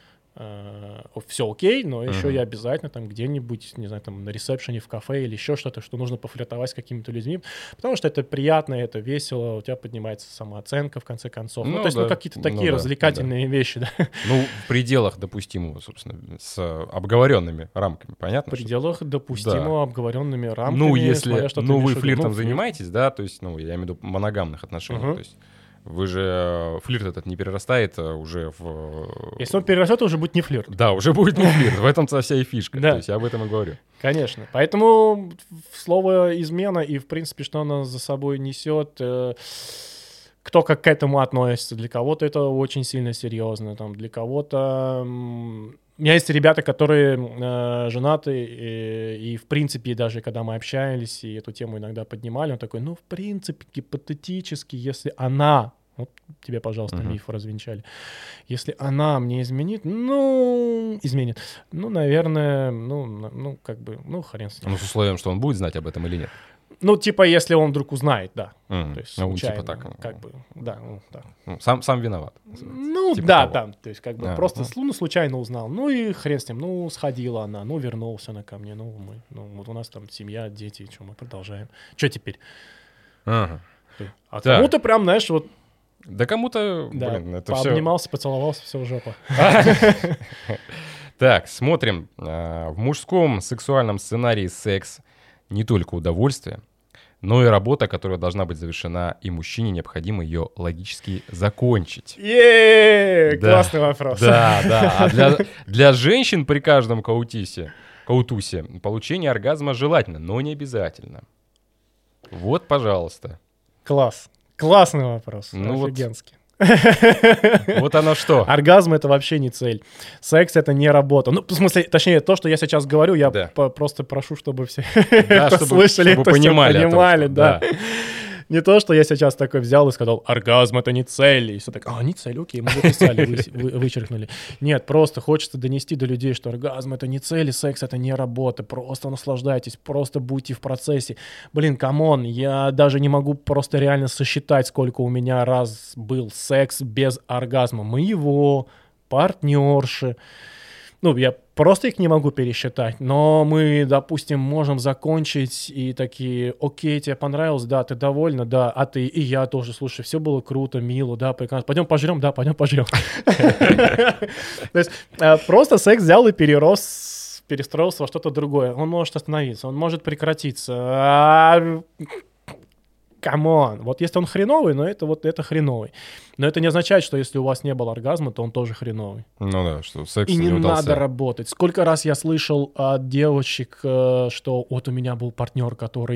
все окей, но еще я обязательно там где-нибудь, не знаю, там на ресепшене в кафе или еще что-то, что нужно пофлиртовать с какими-то людьми, потому что это приятно, это весело, у тебя поднимается самооценка в конце концов. То есть какие-то такие развлекательные вещи, да. В пределах допустимого, собственно, с обговоренными рамками, понятно? В пределах допустимого обговоренными рамками. Если вы флиртом занимаетесь, да, то есть, я имею в виду моногамных отношениях, то есть вы же флирт этот не перерастает уже в... Если он перерастет, то уже будет не флирт. Да, уже будет не флирт. В этом вся и фишка. Да. То есть я об этом и говорю. Конечно. Поэтому слово «измена» и, в принципе, что она за собой несет, кто как к этому относится. Для кого-то это очень сильно серьезно. Для кого-то... У меня есть ребята, которые женаты, и в принципе, даже когда мы общались и эту тему иногда поднимали, он такой, в принципе, гипотетически, если она, вот тебе, пожалуйста, миф развенчали, если она мне изменит, наверное, хрен с ним. С условием, что он будет знать об этом или нет. Если он вдруг узнает, да. То есть случайно, да. Сам виноват. То есть просто случайно узнал. И хрен с ним. Сходила она, вернулась она ко мне. Вот у нас там семья, дети, что мы продолжаем. Что теперь? Кому-то прям, знаешь, вот... Да кому-то, это все... Пообнимался, поцеловался, все в жопу. Так, смотрим. В мужском сексуальном сценарии секс не только удовольствие, но и работа, которая должна быть завершена, и мужчине необходимо ее логически закончить. Классный вопрос. Да. А для женщин при каждом каутусе получение оргазма желательно, но не обязательно. Вот, пожалуйста. Классный вопрос. Офигенский. Вот оно что. Оргазм — это вообще не цель. Секс — это не работа. В смысле, точнее, то, что я сейчас говорю, я просто прошу, чтобы все это слышали, чтобы понимали. Да. Не то, что я сейчас такой взял и сказал, оргазм — это не цель. И все так, не цель, окей, мы записали, вычеркнули. Нет, просто хочется донести до людей, что оргазм — это не цель, и секс — это не работа. Просто наслаждайтесь, просто будьте в процессе. Блин, камон, я даже не могу просто реально сосчитать, сколько у меня раз был секс без оргазма. Моего, партнерши. Я просто их не могу пересчитать, но мы, допустим, можем закончить и такие, окей, тебе понравилось, да, ты довольна, да, а ты и я тоже, слушай, все было круто, мило, да, прекрасно, пойдем пожрем, да, пойдем пожрем. То есть просто секс взял и перестроился во что-то другое. Он может остановиться, он может прекратиться. Камон, вот если он хреновый, но это хреновый. Но это не означает, что если у вас не было оргазма, то он тоже хреновый. Что секс и не удался. Надо работать. Сколько раз я слышал от девочек, что вот у меня был партнер, который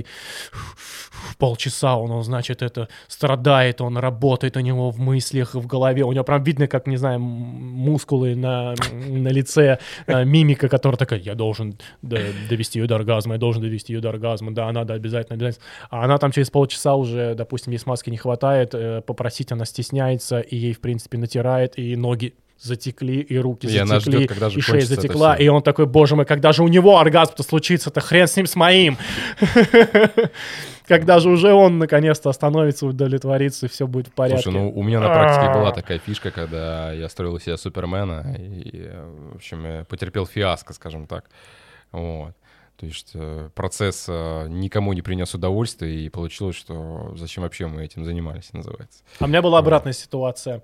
полчаса, он, значит, это страдает, он работает у него в мыслях, в голове. У него прям видно, как, не знаю, мускулы на лице, мимика, которая такая, я должен довести ее до оргазма, да, надо обязательно. А она там через полчаса уже, допустим, ей смазки не хватает, попросить она стесняется, и ей, в принципе, натирает, и ноги затекли, и руки затекли, ждет, когда же и шея затекла, и он такой, боже мой, когда же у него оргазм-то случится-то, хрен с ним, с моим. Когда же уже он наконец-то остановится, удовлетворится, и все будет в порядке. Слушай, у меня на практике была такая фишка, когда я строил себе Супермена, и, в общем, потерпел фиаско, скажем так. Вот. То есть процесс никому не принес удовольствия, и получилось, что зачем вообще мы этим занимались, называется. А у меня была обратная ситуация.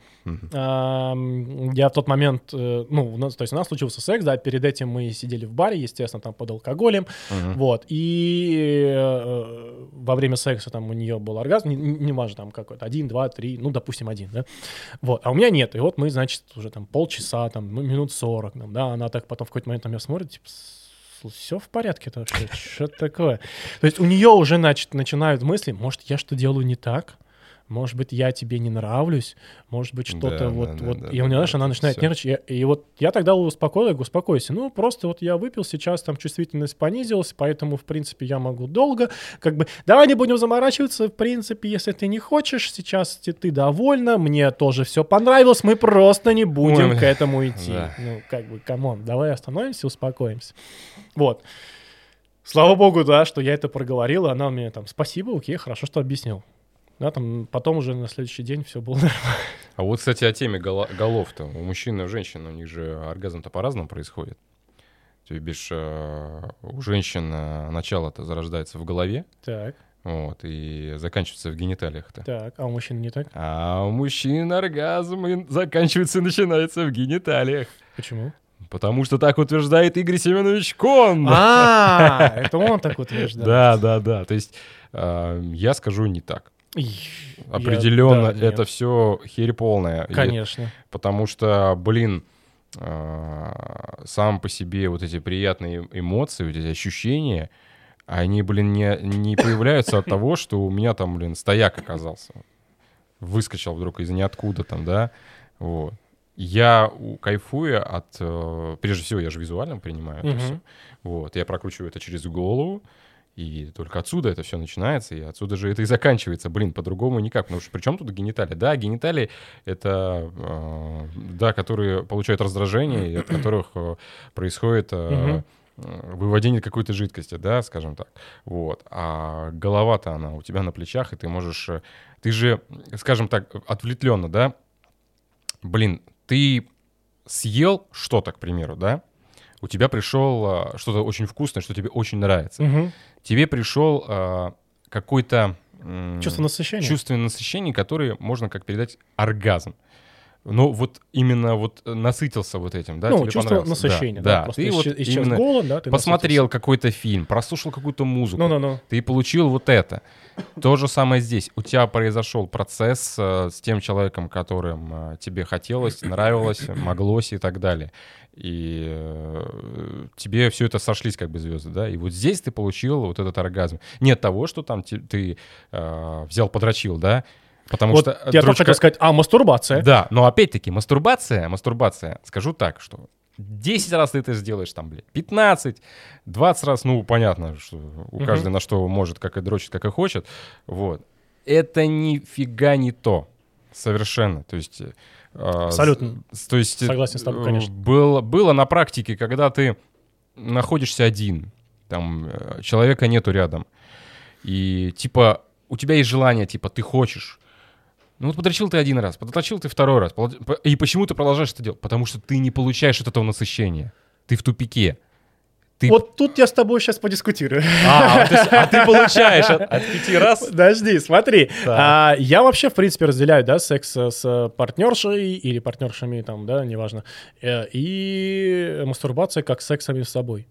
Я в тот момент, то есть у нас случился секс, да, перед этим мы сидели в баре, естественно, там под алкоголем, вот, и во время секса там у нее был оргазм, неважно, там какой-то 1, 2, 3, допустим, 1, да, вот, а у меня нет, и вот мы, значит, уже там полчаса, там, минут 40, там, да, она так потом в какой-то момент на меня смотрит, типа, все в порядке-то вообще, что-то такое. То есть у нее уже начинают мысли, может, я что делаю не так, может быть, я тебе не нравлюсь, может быть, что-то и у нее, знаешь, она начинает нервничать, и вот я тогда успокоил, я говорю, успокойся, просто вот я выпил, сейчас там чувствительность понизилась, поэтому, в принципе, я могу долго, давай не будем заморачиваться, в принципе, если ты не хочешь, сейчас ты довольна, мне тоже все понравилось, мы просто не будем к этому идти. Да. Камон, давай остановимся, успокоимся. Вот. Слава богу, да, что я это проговорил, она мне там, спасибо, окей, хорошо, что объяснил. Да, там потом уже на следующий день все было нормально. А вот, кстати, о теме голов-то. У мужчин и у женщин, у них же оргазм-то по-разному происходит. То есть бишь, у женщин начало-то зарождается в голове. Так. Вот, и заканчивается в гениталиях-то. Так, а у мужчин не так? А у мужчин оргазм заканчивается и начинается в гениталиях. Почему? Потому что так утверждает Игорь Семенович Кон. Это он так утверждает. Да. То есть я скажу не так. Определенно, это все херь полная. Конечно. Потому что, сам по себе вот эти приятные эмоции, вот эти ощущения, они, не появляются от того, что у меня там, стояк оказался. Выскочил вдруг из ниоткуда там, да. Вот. Я кайфую от... Прежде всего, я же визуально принимаю это все. Вот. Я прокручиваю это через голову. И только отсюда это все начинается, и отсюда же это и заканчивается. По-другому никак. Потому что при чем тут гениталии? Да, гениталии — это, которые получают раздражение, и от которых происходит выводение какой-то жидкости, да, скажем так. Вот. А голова-то она у тебя на плечах, и ты можешь... Ты же, скажем так, отвлеченно, да? Ты съел что-то, к примеру, да? У тебя пришел что-то очень вкусное, что тебе очень нравится. Тебе пришел какой-то... чувство насыщения. Чувственное насыщение, которое можно как передать оргазм. Но вот именно насытился вот этим, да, тебе чувство понравилось. насыщения, да. Просто ты исчез голод, да, ты посмотрел какой-то фильм, прослушал какую-то музыку, ты получил вот это. То же самое здесь. У тебя произошел процесс с тем человеком, которым тебе хотелось, нравилось, моглось и так далее. И тебе все это сошлись как бы звезды, да, и вот здесь ты получил вот этот оргазм. Не от того, что там ты взял, подрочил, да, потому что... Я только хотел сказать, мастурбация. Да, но опять-таки мастурбация, скажу так, что 10 раз ты это сделаешь, 15, 20 раз, понятно, что у каждого на что может, как и дрочит, как и хочет, вот. Это нифига не то, совершенно, то есть... Абсолютно. То есть, согласен с тобой, конечно. Было на практике, когда ты находишься один, там человека нету рядом, и у тебя есть желание, ты хочешь. Подрочил ты один раз, подрочил ты второй раз. И почему ты продолжаешь это делать? Потому что ты не получаешь от этого насыщения. Ты в тупике. Вот тут я с тобой сейчас подискутирую. Ты получаешь от 5 раз? Подожди, смотри. Я вообще, в принципе, разделяю, да, секс с партнершей или партнершами, там, да, неважно. И мастурбация как секс самим с собой.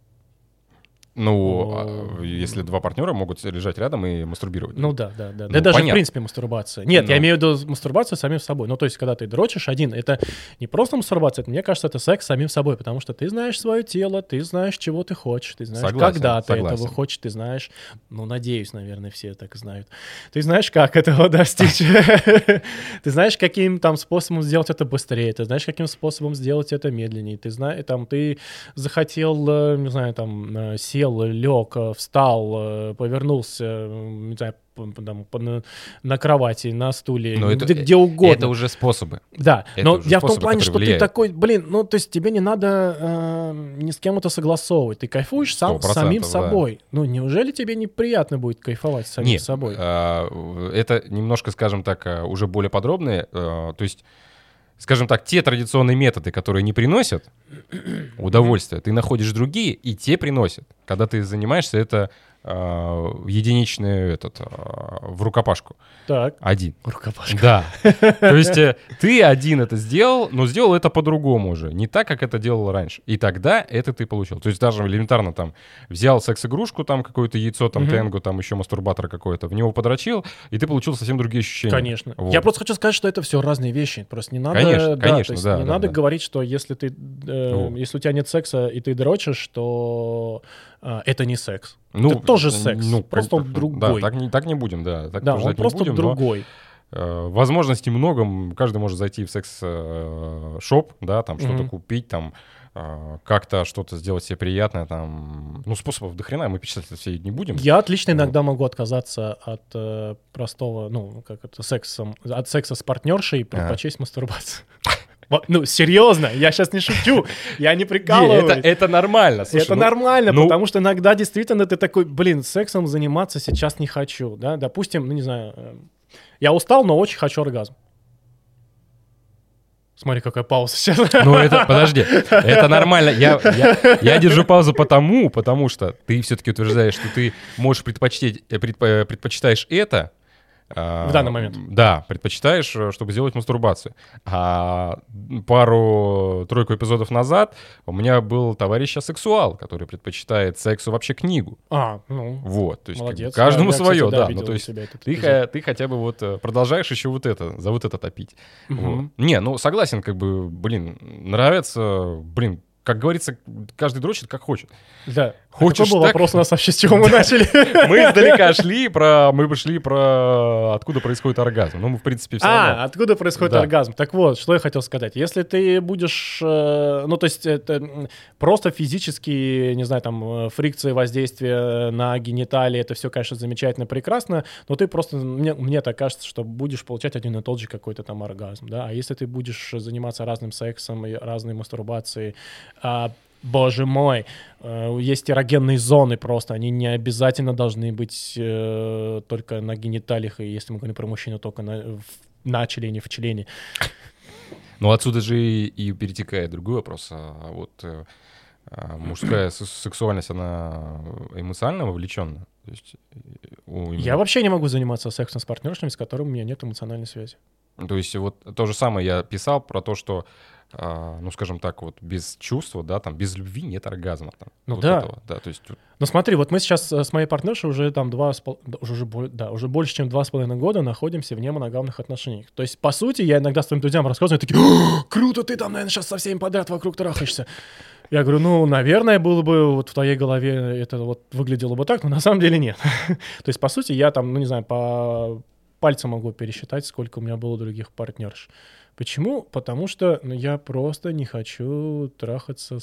Если два партнера могут лежать рядом и мастурбировать. Да. Да даже, понятно. В принципе, мастурбация. Нет, я имею в виду мастурбацию самим собой. То есть, когда ты дрочишь один, это не просто мастурбация, мне кажется, это секс самим собой, потому что ты знаешь свое тело, ты знаешь, чего ты хочешь, ты знаешь, когда ты этого хочешь, ты знаешь, надеюсь, наверное, все так знают. Ты знаешь, как этого достичь. Ты знаешь, каким там способом сделать это быстрее, ты знаешь, каким способом сделать это медленнее. Ты знаешь, ты захотел, не знаю, сел, лег, встал, повернулся, не знаю, на кровати, на стуле, где угодно. Это уже способы. Да, но я в том плане, что ты такой, то есть тебе не надо ни с кем это согласовывать. Ты кайфуешь самим собой. Неужели тебе неприятно будет кайфовать самим собой? Это немножко, скажем так, уже более подробное. То есть скажем так, те традиционные методы, которые не приносят удовольствия, ты находишь другие, и те приносят. Когда ты занимаешься, это единичный в рукопашку. Так. Один. Рукопашка. Да. То есть ты один это сделал, но сделал это по-другому уже. Не так, как это делал раньше. И тогда это ты получил. То есть даже элементарно там взял секс-игрушку, там какое-то яйцо, там тенгу, там еще мастурбатор какой-то, в него подрочил, и ты получил совсем другие ощущения. Конечно. Вот. Я просто хочу сказать, что это все разные вещи. Просто не надо... Конечно, не надо говорить, что если ты... если у тебя нет секса, и ты дрочишь, то это не секс. Это тоже секс, просто он другой. Да, так не будем, да. Так да, он просто будем, другой. Возможностей много, каждый может зайти в секс-шоп, да, там что-то купить, там как-то что-то сделать себе приятное, там, способов до хрена, мы перечислять все не будем. Я отлично иногда могу отказаться от простого, от секса с партнершей и предпочесть мастурбацию. Серьезно, я сейчас не шучу, я не прикалываюсь. Это нормально. Слушай, это нормально, потому что иногда действительно ты такой, сексом заниматься сейчас не хочу, да, допустим, не знаю, я устал, но очень хочу оргазм. Смотри, какая пауза сейчас. Подожди, это нормально. Я держу паузу потому что ты все-таки утверждаешь, что ты можешь предпочитаешь это, в данный момент. Да, предпочитаешь, чтобы сделать мастурбацию. А пару-тройку эпизодов назад у меня был товарищ асексуал, который предпочитает сексу вообще книгу. Вот, то есть молодец. каждому свое, кстати, да. То есть ты хотя бы продолжаешь еще за это топить. Вот. Не, согласен, нравится, как говорится, каждый дрочит как хочет. Да. Хочешь какой был вопрос у нас вообще, с чего мы начали? Мы издалека шли, мы шли про откуда происходит оргазм. Мы, в принципе, все равно. Откуда происходит оргазм? Так вот, что я хотел сказать. Если ты будешь, то есть это просто физически, не знаю, там, фрикции, воздействия на гениталии, это все, конечно, замечательно, прекрасно, но ты просто, мне так кажется, что будешь получать один и тот же какой-то там оргазм, да, а если ты будешь заниматься разным сексом и разной мастурбацией, боже мой, есть эрогенные зоны просто, они не обязательно должны быть только на гениталиях, и если мы говорим про мужчину, только на члене, в члене. Отсюда же и перетекает другой вопрос. Мужская сексуальность, она эмоционально вовлеченна? То есть, Я вообще не могу заниматься сексом с партнершами, с которыми у меня нет эмоциональной связи. То есть то же самое я писал про то, что скажем так, без чувства, да, там, без любви нет оргазма. Там, этого, да, то есть... смотри, мы сейчас с моей партнершей уже там уже больше, чем 2,5 года находимся в немоногамных отношениях. То есть, по сути, я иногда своим друзьям рассказываю, такие, круто, ты там, наверное, сейчас со всеми подряд вокруг трахаешься. Я говорю, наверное, было бы в твоей голове это выглядело бы так, но на самом деле нет. То есть, по сути, я там, не знаю, по пальцам могу пересчитать, сколько у меня было других партнерш. Почему? Потому что я просто не хочу трахаться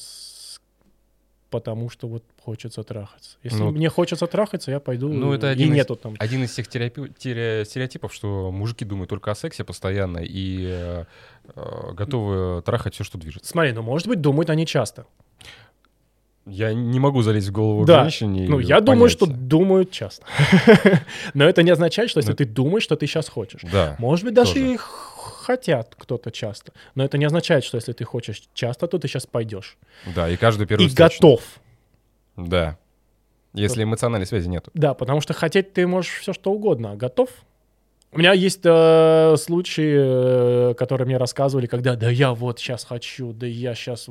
потому что хочется трахаться. Если мне хочется трахаться, я пойду, это нету там. Один из тех стереотипов, что мужики думают только о сексе постоянно и готовы трахать все, что движется. Смотри, может быть, думают они часто. Я не могу залезть в голову женщине. Я думаю, что думают часто. Но это не означает, что если ты думаешь, что ты сейчас хочешь. Да, может быть, даже и хотят кто-то часто. Но это не означает, что если ты хочешь часто, то ты сейчас пойдешь. Да, и каждый первый и готов. Да. Если эмоциональной связи нету. Да, потому что хотеть ты можешь все что угодно, а готов? У меня есть случаи, которые мне рассказывали, когда я сейчас хочу, я сейчас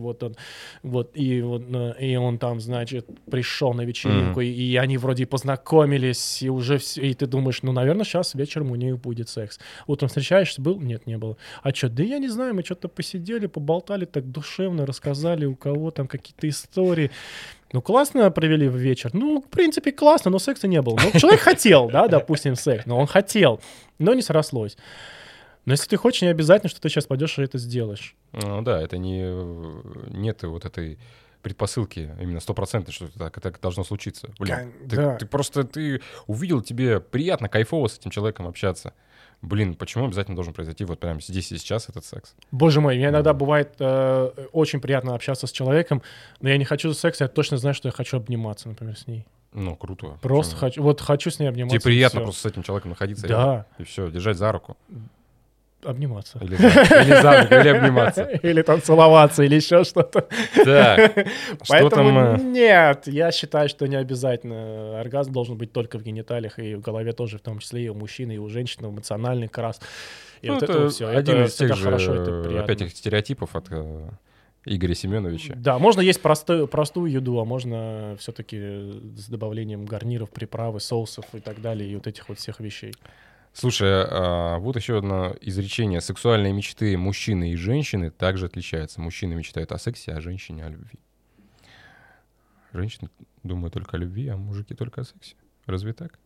и он там, значит, пришел на вечеринку, и они вроде познакомились, и уже все, и ты думаешь, наверное, сейчас вечером у них будет секс. Утром встречаешься, был? Нет, не было. А что? Да я не знаю, мы что-то посидели, поболтали так душевно, рассказали, у кого там какие-то истории. Классно провели вечер. В принципе, классно, но секса не было. Человек хотел, да, допустим, секс, но он хотел, но не срослось. Но если ты хочешь, не обязательно, что ты сейчас пойдешь и это сделаешь. Да, это нет этой предпосылки именно 100%, что так должно случиться. Ты увидел, тебе приятно, кайфово с этим человеком общаться. Почему обязательно должен произойти прямо здесь и сейчас этот секс? Боже мой, мне иногда бывает очень приятно общаться с человеком, но я не хочу секса, я точно знаю, что я хочу обниматься, например, с ней. Круто. Просто хочу с ней обниматься. Тебе приятно просто с этим человеком находиться. Да. И все, держать за руку. Обниматься. Или за руку, или обниматься. Или там целоваться, или еще что-то. Так, Поэтому нет, я считаю, что не обязательно. Оргазм должен быть только в гениталиях, и в голове тоже, в том числе и у мужчины, и у женщины, эмоциональный как раз. И вот это все. Один из тех же, опять этих стереотипов от Игоря Семеновича. Да, можно есть простую еду, а можно все-таки с добавлением гарниров, приправы, соусов и так далее, и вот этих вот всех вещей. Слушай, вот еще одно изречение. Сексуальные мечты мужчины и женщины также отличаются. Мужчины мечтают о сексе, а женщины о любви. Женщины думают только о любви, а мужики только о сексе. Разве так?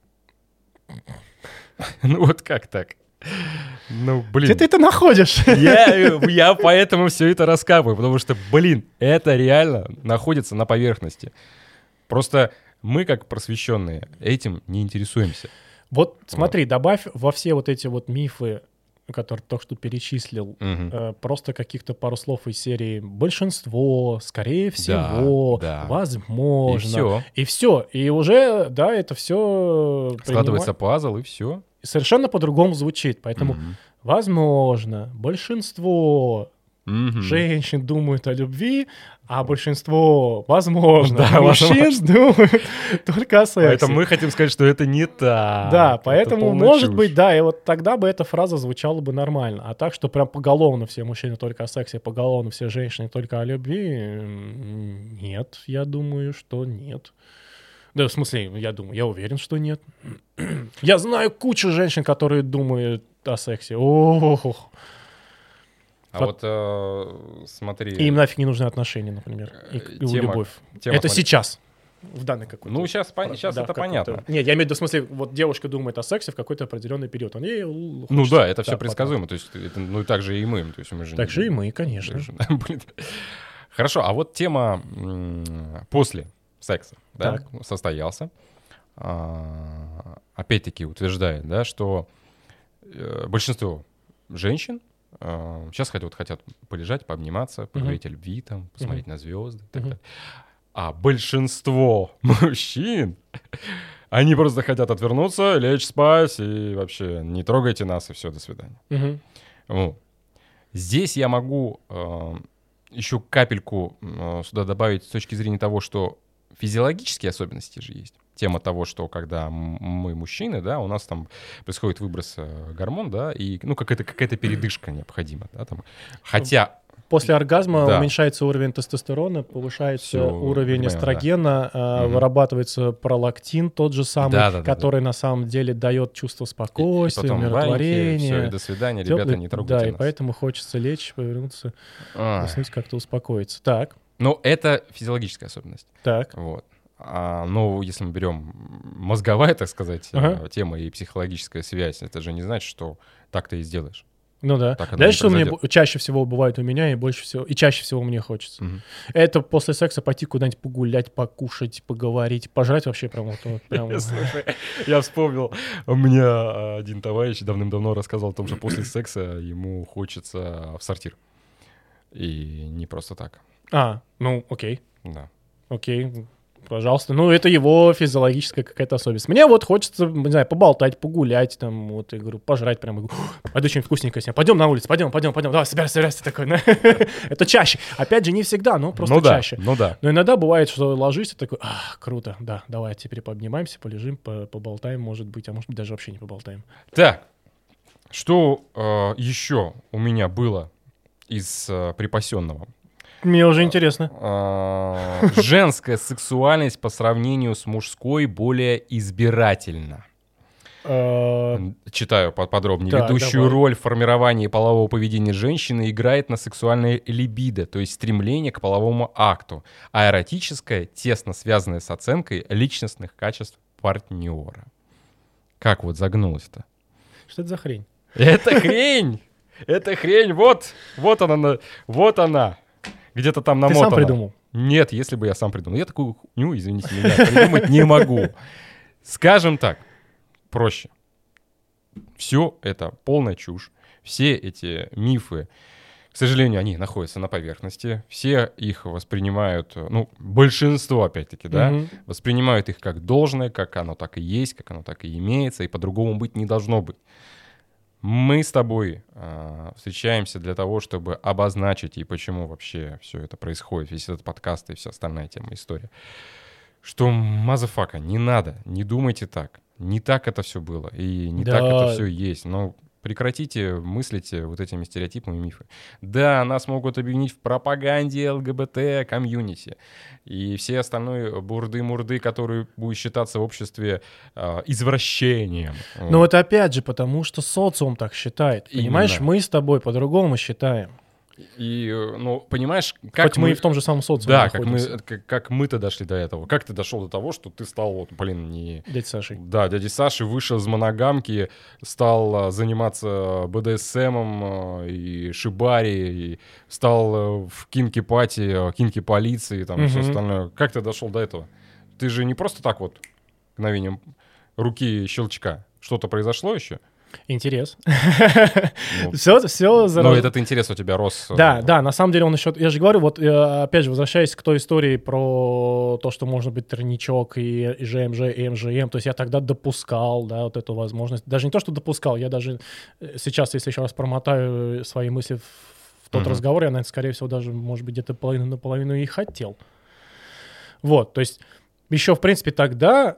Ну вот как так? Ну, блин. Где ты это находишь? Я поэтому все это раскапываю, потому что, блин, это реально находится на поверхности. Просто мы, как просвещенные, этим не интересуемся. Вот смотри, добавь во все вот эти вот мифы, которые только что перечислил, просто каких-то пару слов из серии «большинство», «скорее всего», «возможно». И все. И уже, да, это все... Складывается пазл, и все. Совершенно по-другому звучит. Поэтому возможно, большинство женщин думают о любви, а большинство, возможно, мужчин думают только о сексе. Поэтому мы хотим сказать, что это не так. Да, поэтому, может быть, да, и вот тогда бы эта фраза звучала бы нормально. А так, что прям поголовно все мужчины только о сексе, поголовно все женщины только о любви, нет, я думаю, что нет. Да, в смысле, я уверен, что нет. Я знаю кучу женщин, которые думают о сексе. Ох. А вот смотри... И им нафиг не нужны отношения, например, и любовь. Это сейчас, в данный какой-то... Ну, сейчас это понятно. Нет, я имею в виду, в смысле, вот девушка думает о сексе в какой-то определенный период. Ну да, это все предсказуемо. То есть, ну, так же и мы. То есть, мы же так же и мы, конечно. Хорошо, а вот тема после секса, да, состоялся. Опять-таки утверждает, да, что большинство женщин сейчас хотят полежать, пообниматься, поговорить о любви, там, посмотреть на звезды и так далее. А большинство мужчин, они просто хотят отвернуться, лечь спать и вообще не трогайте нас, и все, до свидания. Вот. Здесь я могу еще капельку сюда добавить с точки зрения того, что физиологические особенности же есть. Тема того, что когда мы мужчины, да, у нас там происходит выброс гормон, да, и, ну, какая-то передышка необходима, да, там. Хотя... После оргазма уменьшается уровень тестостерона, повышается уровень эстрогена, вырабатывается пролактин, тот же самый, который на самом деле дает чувство спокойствия, умиротворения. Все, и до свидания, ребята, не трогайте нас. Да, и поэтому хочется лечь, повернуться, уснуть, как-то успокоиться. Так. Но это физиологическая особенность. Так. Вот. Но если мы берем мозговая, так сказать, тема и психологическая связь, это же не значит, что так ты и сделаешь. Ну да. Знаешь, что мне чаще всего бывает у меня и чаще всего мне хочется? Это после секса пойти куда-нибудь погулять, покушать, поговорить, пожрать вообще прям вот. Слушай, я вспомнил, у меня один товарищ давным-давно рассказал о том, что после секса ему хочется в сортир. И не просто так. Ну окей. Да. Окей. Пожалуйста. Ну, это его физиологическая какая-то особенность. Мне вот хочется, не знаю, поболтать, погулять, там, вот, я говорю, пожрать прям. Я говорю, пойду что-нибудь вкусненькое себе. Пойдем на улицу, пойдем, давай, собирайся такой. Это чаще. Опять же, не всегда, но просто чаще. Ну да. Но иногда бывает, что ложишься такой, круто, да, давай теперь пообнимаемся, полежим, поболтаем, может быть, а может быть, даже вообще не поболтаем. Так, что еще у меня было из припасенного? Мне уже интересно. Женская сексуальность по сравнению с мужской более избирательна. Читаю подробнее. Ведущую роль в формировании полового поведения женщины играет на сексуальное либидо, то есть стремление к половому акту, а эротическое тесно связанное с оценкой личностных качеств партнера. Как вот загнулось-то? Что это за хрень? Это хрень! Это хрень! Вот она! Где-то там намотано. Ты сам придумал? Нет, если бы я сам придумал. Я такую хуйню, извините меня, придумать не могу. Скажем так, проще. Все это полная чушь. Все эти мифы, к сожалению, они находятся на поверхности. Все их воспринимают, ну, большинство, опять-таки, да, воспринимают их как должное, как оно так и есть, как оно так и имеется, и по-другому быть не должно быть. Мы с тобой встречаемся для того, чтобы обозначить и почему вообще все это происходит, весь этот подкаст и вся остальная тема, история. Что, мазафака, не надо, не думайте так. Не так это все было, и не так это все есть. Но прекратите мыслить вот этими стереотипами и мифами. Да, нас могут обвинить в пропаганде ЛГБТ-комьюнити и все остальные бурды-мурды, которые будут считаться в обществе извращением. Но это опять же потому, что социум так считает. Понимаешь, мы с тобой по-другому считаем. И, ну, понимаешь, как хоть мы и в том же самом социуме находимся. Как мы-то дошли до этого. Как ты дошел до того, что ты стал, вот, не... Дядей Сашей. Да, дядей Сашей, вышел из моногамки, стал заниматься БДСМом и шибари, и стал в кинки-пати, кинки-полиции, там, и все остальное. Как ты дошел до этого? Ты же не просто так вот, мгновением руки щелчка. Что-то произошло еще? Интерес. Все Ну, этот интерес у тебя рос. Да, на самом деле он еще... Я же говорю, вот опять же, возвращаясь к той истории про то, что может быть тройничок и ЖМЖ, и МЖМ, то есть я тогда допускал, да, вот эту возможность. Даже не то, что допускал, я даже сейчас, если еще раз промотаю свои мысли в тот разговор, я, наверное, скорее всего, даже, может быть, где-то половину на половину и хотел. Вот, то есть еще, в принципе, тогда...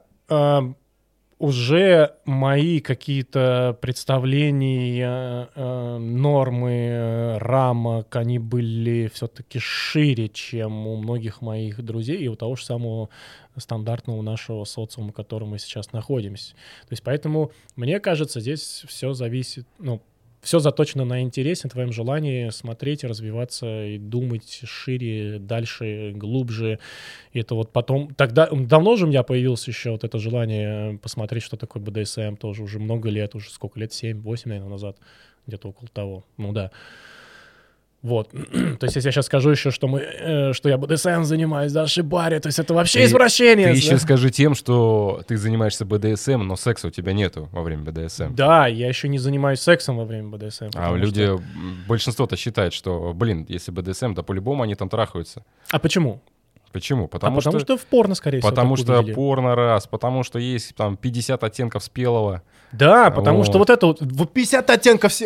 уже мои какие-то представления, нормы, рамок, они были все-таки шире, чем у многих моих друзей и у того же самого стандартного нашего социума, в котором мы сейчас находимся. То есть поэтому, мне кажется, здесь все зависит, все заточено на интересе, на твоем желании смотреть, развиваться и думать шире, дальше, глубже. И это вот потом... Тогда давно же у меня появилось еще вот это желание посмотреть, что такое БДСМ, тоже уже много лет, уже сколько лет, 7-8, наверное, назад, где-то около того. Ну да. Вот. То есть, если я сейчас скажу еще, что я БДСМ занимаюсь, да, шибари, то есть это вообще извращение. Ты еще скажи тем, что ты занимаешься БДСМ, но секса у тебя нету во время БДСМ. Да, я еще не занимаюсь сексом во время БДСМ. А люди, большинство-то считает, что, если БДСМ, то по-любому они там трахаются. А почему? Почему? Потому что в порно, скорее всего. Потому что порно раз, потому что есть там 50 оттенков спелого. Да, потому что вот это вот 50 оттенков все...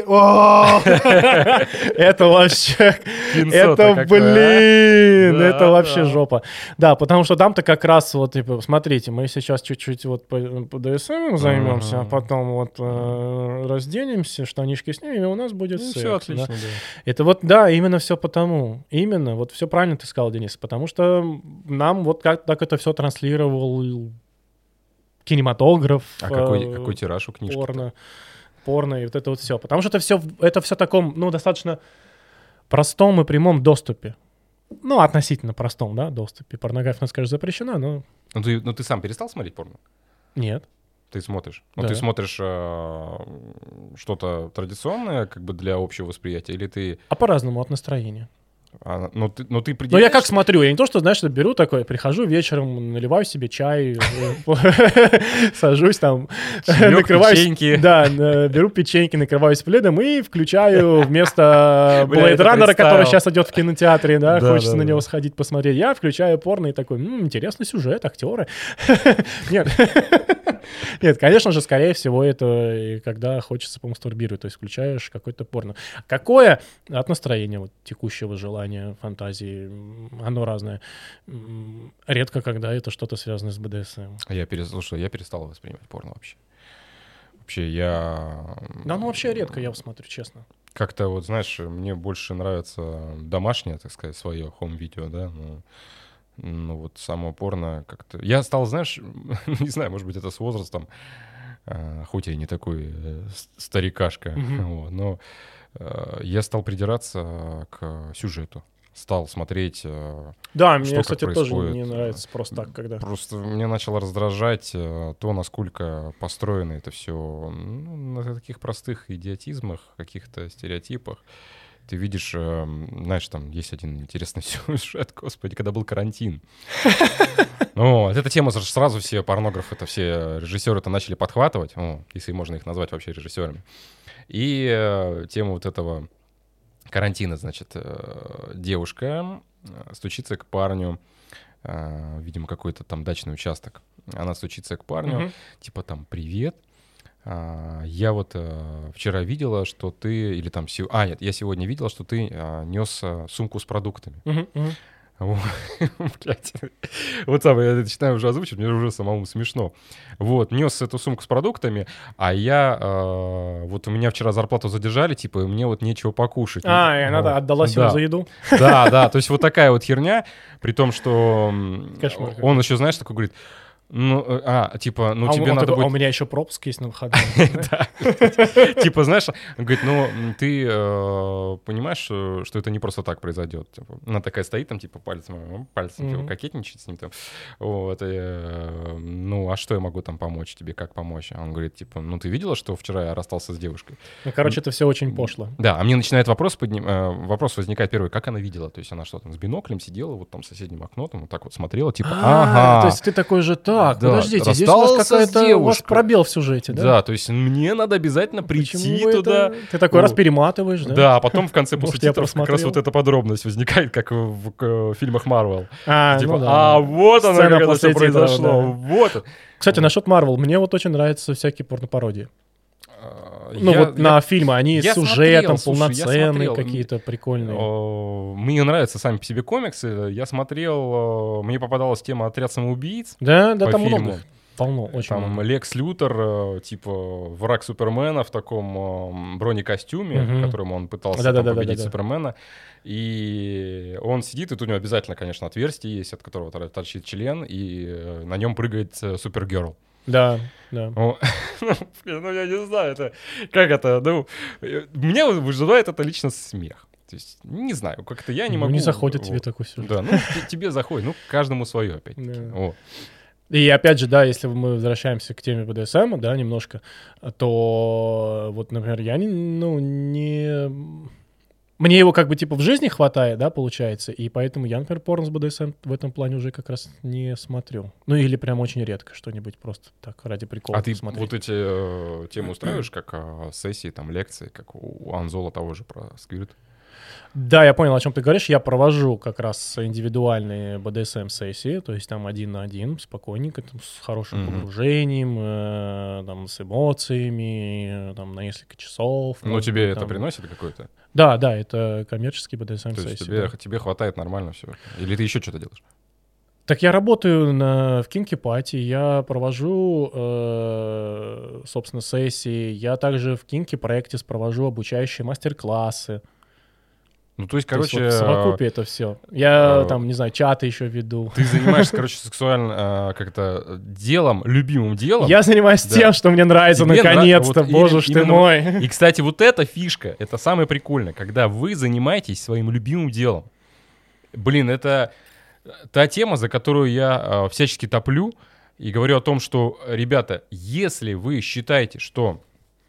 Это вообще... Это, блин, это вообще жопа. Да, потому что там-то как раз вот, типа, смотрите, мы сейчас чуть-чуть вот по ДСМ займемся, а потом вот разденемся, штанишки снимем, и у нас будет секс. Все отлично, да. Это вот, да, именно все потому. Именно, вот все правильно ты сказал, Денис, потому что нам вот так это все транслировал кинематограф. А какой тираж у книжки? Порно и вот это вот все. Потому что это все в таком, достаточно простом и прямом доступе. Относительно простом, да, доступе. Порнография, надо сказать, запрещена, но... Ну ты сам перестал смотреть порно? Нет. Ты смотришь? Да. Ты смотришь что-то традиционное, как бы для общего восприятия, или ты... А по-разному, от настроения. Но ты определяешь... Ну, я как смотрю, я не то, что, знаешь, беру такой, прихожу вечером, наливаю себе чай, сажусь там, накрываюсь... Да, беру печеньки, накрываюсь пледом и включаю вместо Blade Runner, который сейчас идет в кинотеатре, да, хочется на него сходить посмотреть, я включаю порно и такой, интересный сюжет, актеры. Нет, конечно же, скорее всего, это когда хочется помастурбировать, то есть включаешь какое-то порно. Какое от настроения, вот, текущего желания, фантазии, оно разное. Редко, когда это что-то связано с БДСМ. Слушай, я перестал воспринимать порно вообще. Да, вообще редко, я смотрю, честно. Как-то, вот, знаешь, мне больше нравится домашнее, так сказать, свое хом-видео, да, ну, вот само порно как-то... Я стал, знаешь, не знаю, может быть, это с возрастом, хоть я не такой старикашка, но я стал придираться к сюжету. Стал смотреть, да, мне, кстати, тоже не нравится просто так, когда... Просто мне начало раздражать то, насколько построено это все на таких простых идиотизмах, каких-то стереотипах. Ты видишь, знаешь, там есть один интересный сюжет, господи, когда был карантин. Эта тема сразу все порнографы, все режиссеры-то начали подхватывать, если можно их назвать вообще режиссерами. И тему вот этого карантина, значит, девушка стучится к парню, видимо, какой-то там дачный участок. Она стучится к парню, типа там «Привет, Я вот вчера видела, что ты, или там, нет, я сегодня видела, что ты нес сумку с продуктами. Блядь. Вот сам я начинаю уже озвучивать, мне уже самому смешно. Вот, нес эту сумку с продуктами, а я... вот у меня вчера зарплату задержали, типа, и мне вот нечего покушать. И она отдалась ему за еду? Да, то есть вот такая вот херня, при том, что Кошмар. Он еще, знаешь, такой говорит... тебе надо будет... у меня еще пропуск есть на выходные. Типа, знаешь, он говорит, ты понимаешь, что это не просто так произойдет. Она такая стоит там, типа, пальцем кокетничает с ним там. Вот, а что я могу там помочь тебе, как помочь? А он говорит, типа, ты видела, что вчера я расстался с девушкой? Это все очень пошло. Да, а мне начинает вопрос возникает первый, как она видела? То есть она что там, с биноклем сидела, вот там с соседним окном, вот так вот смотрела, типа, то есть ты такой же, так, подождите, здесь у вас какая-то пробел в сюжете, да? Да, то есть мне надо обязательно прийти туда. Ты такой раз перематываешь, да? Да, а потом в конце после титров как раз вот эта подробность возникает, как в фильмах Марвел. Вот оно, как это все произошло. Вот. Кстати, насчет Марвел, мне вот очень нравятся всякие порнопародии. На фильмы, они с сюжетом полноценные, какие-то прикольные. Мне нравятся сами по себе комиксы. Я смотрел, мне попадалась тема «Отряд самоубийц». Да, там много. Полно, очень там много. Лекс Лютер, типа враг Супермена в таком бронекостюме, которым он пытался победить Супермена. И он сидит, и тут у него обязательно, конечно, отверстие есть, от которого торчит член, и на нем прыгает Супергерл. Да. Я не знаю, как это, меня вызывает это лично смех. То есть, не знаю, как-то я не могу... не заходит тебе такой сюжет. Да, тебе заходит, каждому свое, опять-таки. И опять же, да, если мы возвращаемся к теме БДСМ, да, немножко, то вот, например, я не... Мне его как бы типа в жизни хватает, да, получается, и поэтому я, например, порно с БДСМ в этом плане уже как раз не смотрю. Или прям очень редко что-нибудь просто так ради прикола посмотреть. А ты вот эти темы устраиваешь, как сессии, там, лекции, как у Анзола того же про сквирт? Да, я понял, о чем ты говоришь. Я провожу как раз индивидуальные BDSM-сессии, то есть там 1 на 1, спокойненько, там, с хорошим погружением, там, с эмоциями, там, на несколько часов. Но тебе это приносит какое-то? Да, это коммерческий BDSM-сессии. То есть тебе хватает нормально все? Или ты еще что-то делаешь? Так я работаю в кинки-пати, я провожу, собственно, сессии, я также в кинки-проекте провожу обучающие мастер-классы. То есть, короче... в совокупе это все. Я там, не знаю, чаты еще веду. Ты занимаешься, сексуально как-то делом, любимым делом. Я занимаюсь тем, что мне нравится, наконец-то, боже ж ты мой. И, кстати, вот эта фишка, это самое прикольное, когда вы занимаетесь своим любимым делом. Блин, это та тема, за которую я всячески топлю и говорю о том, что, ребята, если вы считаете, что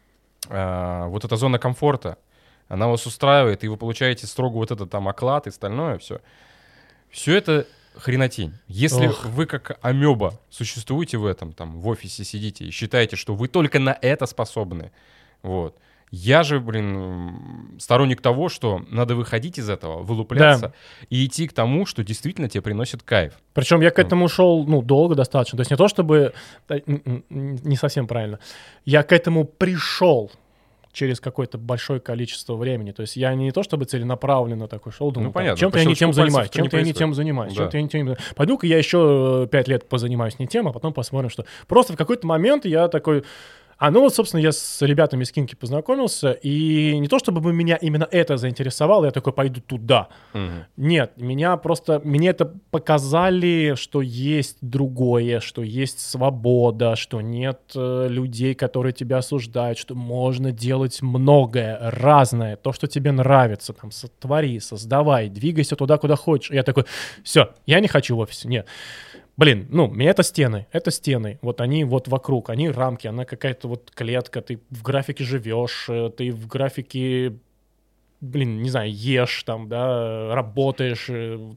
вот эта зона комфорта, она вас устраивает, и вы получаете строго вот этот там оклад и остальное, все это хренотень. Если вы как амеба существуете в этом, там, в офисе сидите и считаете, что вы только на это способны, вот. Я же, сторонник того, что надо выходить из этого, вылупляться и идти к тому, что действительно тебе приносит кайф. Причем я к этому шел, долго достаточно. То есть не то чтобы... Не совсем правильно. Я к этому пришел через какое-то большое количество времени. То есть я не то чтобы целенаправленно такой шел, думаю, чем-то я не тем занимаюсь, чем-то я не тем занимаюсь, чем-то я не тем занимаюсь. Пойду-ка я еще 5 лет позанимаюсь не тем, а потом посмотрим, что... Просто в какой-то момент я такой... собственно, я с ребятами из кинки познакомился, и не то чтобы меня именно это заинтересовало, я такой, пойду туда. Нет, мне это показали, что есть другое, что есть свобода, что нет людей, которые тебя осуждают, что можно делать многое, разное, то, что тебе нравится, там, сотвори, создавай, двигайся туда, куда хочешь. И я такой, все, я не хочу в офисе, нет. Меня это стены, вот они вот вокруг, они рамки, она какая-то вот клетка, ты в графике живешь, ты в графике, не знаю, ешь там, да, работаешь,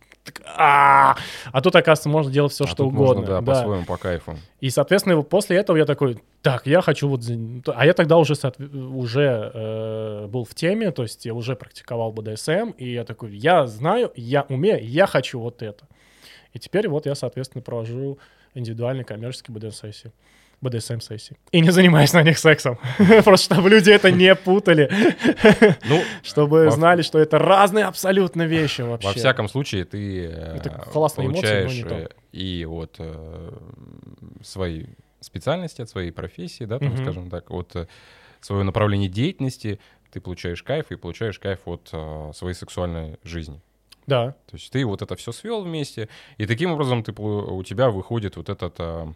а тут, оказывается, можно делать все, что угодно. Можно, по-своему, по кайфу. И, соответственно, после этого я такой, я хочу А я тогда уже был в теме, то есть я уже практиковал БДСМ, и я такой, я знаю, я умею, я хочу вот это. И теперь вот я, соответственно, провожу индивидуальные коммерческие БДСМ-сессии. БДСМ-сессий. И не занимаюсь на них сексом. Просто чтобы люди это не путали. Чтобы знали, что это разные абсолютно вещи вообще. Во всяком случае, ты получаешь и от своей специальности, от своей профессии, да, там, скажем так, от своего направления деятельности, ты получаешь кайф и получаешь кайф от своей сексуальной жизни. Да. То есть ты вот это все свел вместе, и таким образом у тебя выходит вот этот,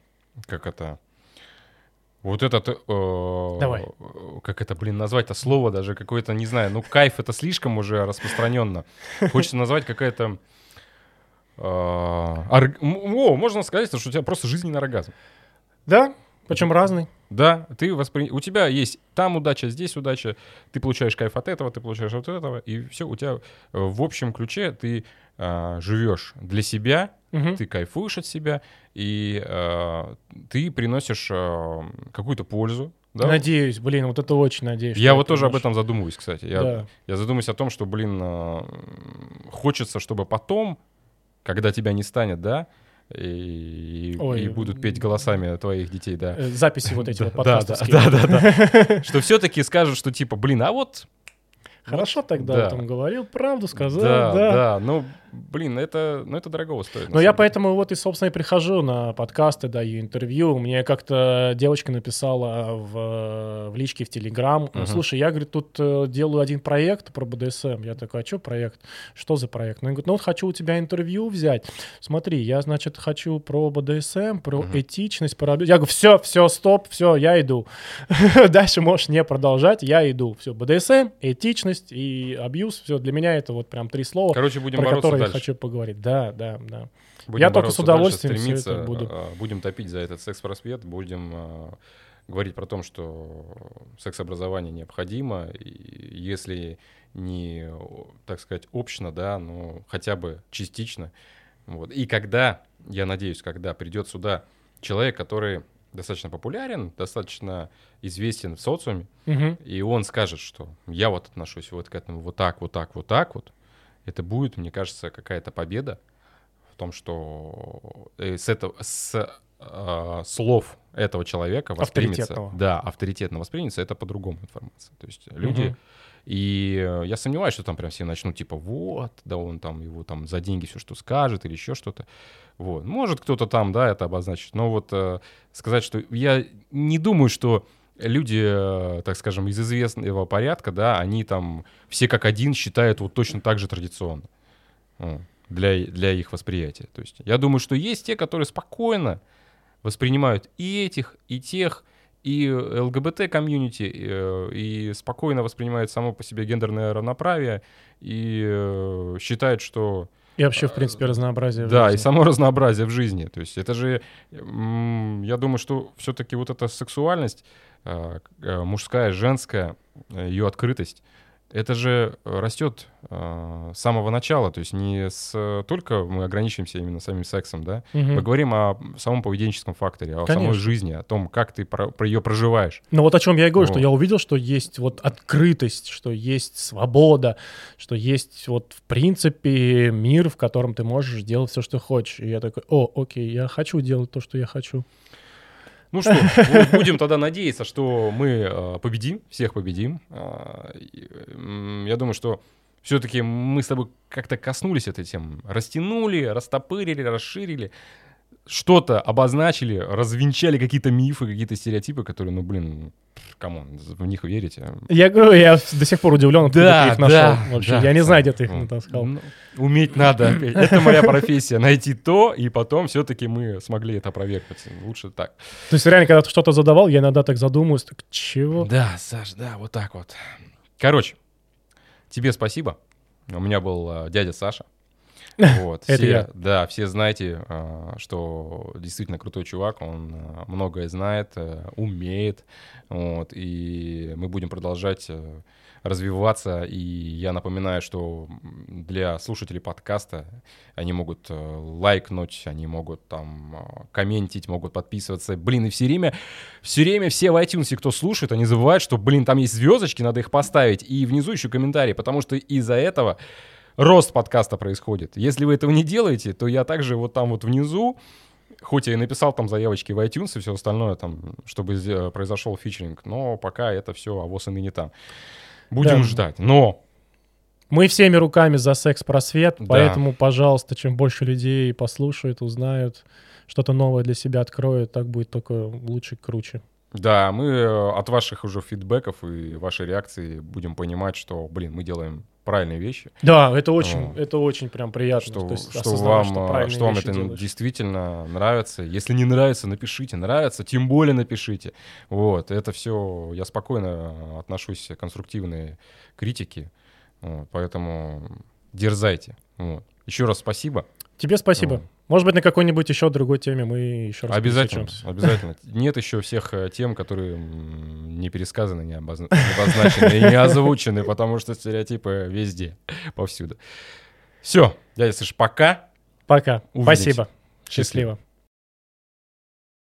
Давай. Как это, назвать-то слово даже какое-то, не знаю, кайф — это слишком уже распространенно. Хочется назвать какая-то... можно сказать, что у тебя просто жизненный оргазм. Да, причем разный. Да, у тебя есть там удача, здесь удача, ты получаешь кайф от этого, ты получаешь от этого, и все, у тебя в общем ключе ты живешь для себя, ты кайфуешь от себя, и ты приносишь какую-то пользу. Да? Надеюсь, вот это очень надеюсь. Я вот тоже об этом задумываюсь, кстати. Я задумываюсь о том, что, хочется, чтобы потом, когда тебя не станет, да, и будут петь голосами твоих детей, да. Записи вот эти вот подкастовские. Да. Что все-таки скажут, что типа, а вот... Хорошо тогда там говорил, правду сказал. Да. Это дорого стоит. Но я поэтому собственно, и прихожу на подкасты, даю интервью. Мне как-то девочка написала в личке в Телеграм: слушай, я, говорит, тут делаю один проект про БДСМ. Я такой: а что проект? Что за проект? Она говорит: хочу у тебя интервью взять. Смотри, я, значит, хочу про БДСМ, про этичность, про... Я говорю: все, стоп, все, я иду. Дальше можешь не продолжать, я иду. Все, БДСМ, этичность и абьюз, все, для меня это вот прям 3 слова, будем про которые дальше. Я хочу поговорить. Да. Будем я только с удовольствием дальше, все это буду. Будем топить за этот секс-просвет, будем говорить про то, что секс-образование необходимо, и если не, так сказать, общно, да, но хотя бы частично. Вот. И я надеюсь, когда придет сюда человек, который достаточно популярен, достаточно известен в социуме, и он скажет, что я вот отношусь вот к этому вот так, это будет, мне кажется, какая-то победа в том, что с слов этого человека воспримется... авторитетно воспримется, это по-другому информация. То есть люди... И я сомневаюсь, что там прям все начнут типа он там его там за деньги все что скажет или еще что-то. Вот. Может кто-то там, да, это обозначит. Но сказать, что я не думаю, что люди, так скажем, из известного порядка, да, они там все как один считают вот точно так же традиционно для их восприятия. То есть я думаю, что есть те, которые спокойно воспринимают и этих, и тех, и ЛГБТ-комьюнити, и спокойно воспринимают само по себе гендерное равноправие, и считают, что... И вообще, в принципе, разнообразие в жизни. Да, и жизни. само разнообразие в жизни. То есть это же... Я думаю, что все-таки вот эта сексуальность, мужская, женская, ее открытость, это же растет с самого начала. То есть не только мы ограничиваемся именно самим сексом, да? Мы говорим о самом поведенческом факторе, о самой жизни, о том, как ты ее проживаешь. Ну вот о чем я и говорю, что я увидел, что есть вот открытость, что есть свобода, что есть вот в принципе мир, в котором ты можешь делать все, что хочешь. И я такой: окей, я хочу делать то, что я хочу. Ну что, будем тогда надеяться, что мы победим, всех победим. Я думаю, что все-таки мы с тобой как-то коснулись этой темы. Растянули, растопырили, расширили. Что-то обозначили, развенчали какие-то мифы, какие-то стереотипы, которые, камон, в них верите. Я говорю, я до сих пор удивлен, откуда ты их нашел. Вообще, я не знаю, где ты их натаскал. Уметь надо. Это моя профессия. Найти то, и потом все-таки мы смогли это опровергнуть. Лучше так. То есть реально, когда ты что-то задавал, я иногда так задумываюсь, так чего? Да, Саш, да, вот так вот. Короче, тебе спасибо. У меня был дядя Саша. Вот, это я. Да, все знаете, что действительно крутой чувак, он многое знает, умеет, вот, и мы будем продолжать развиваться, и я напоминаю, что для слушателей подкаста они могут лайкнуть, они могут там комментить, могут подписываться, и все время все в iTunes, кто слушает, они забывают, что, там есть звездочки, надо их поставить, и внизу еще комментарии, потому что из-за этого рост подкаста происходит. Если вы этого не делаете, то я также вот там вот внизу хоть я и написал там заявочки в iTunes и все остальное, там, чтобы произошел фичеринг, но пока это все авось и ныне там. Будем ждать. Но мы всеми руками за секс-просвет, поэтому, пожалуйста, чем больше людей послушают, узнают, что-то новое для себя откроют, так будет только лучше и круче. Да, мы от ваших уже фидбэков и вашей реакции будем понимать, что, мы делаем правильные вещи. Да, это очень прям приятно. Что вам это действительно нравится. Если не нравится, напишите. Нравится, тем более напишите. Вот, это все, я спокойно отношусь к конструктивной критике. Вот, поэтому дерзайте. Вот. Еще раз спасибо. Тебе спасибо. Может быть, на какой-нибудь еще другой теме мы еще раз Обязательно. Нет еще всех тем, которые не пересказаны, не обозначены и не озвучены, потому что стереотипы везде, повсюду. Все, дядя Саш, пока. Пока. Увидимся. Спасибо. Счастливо.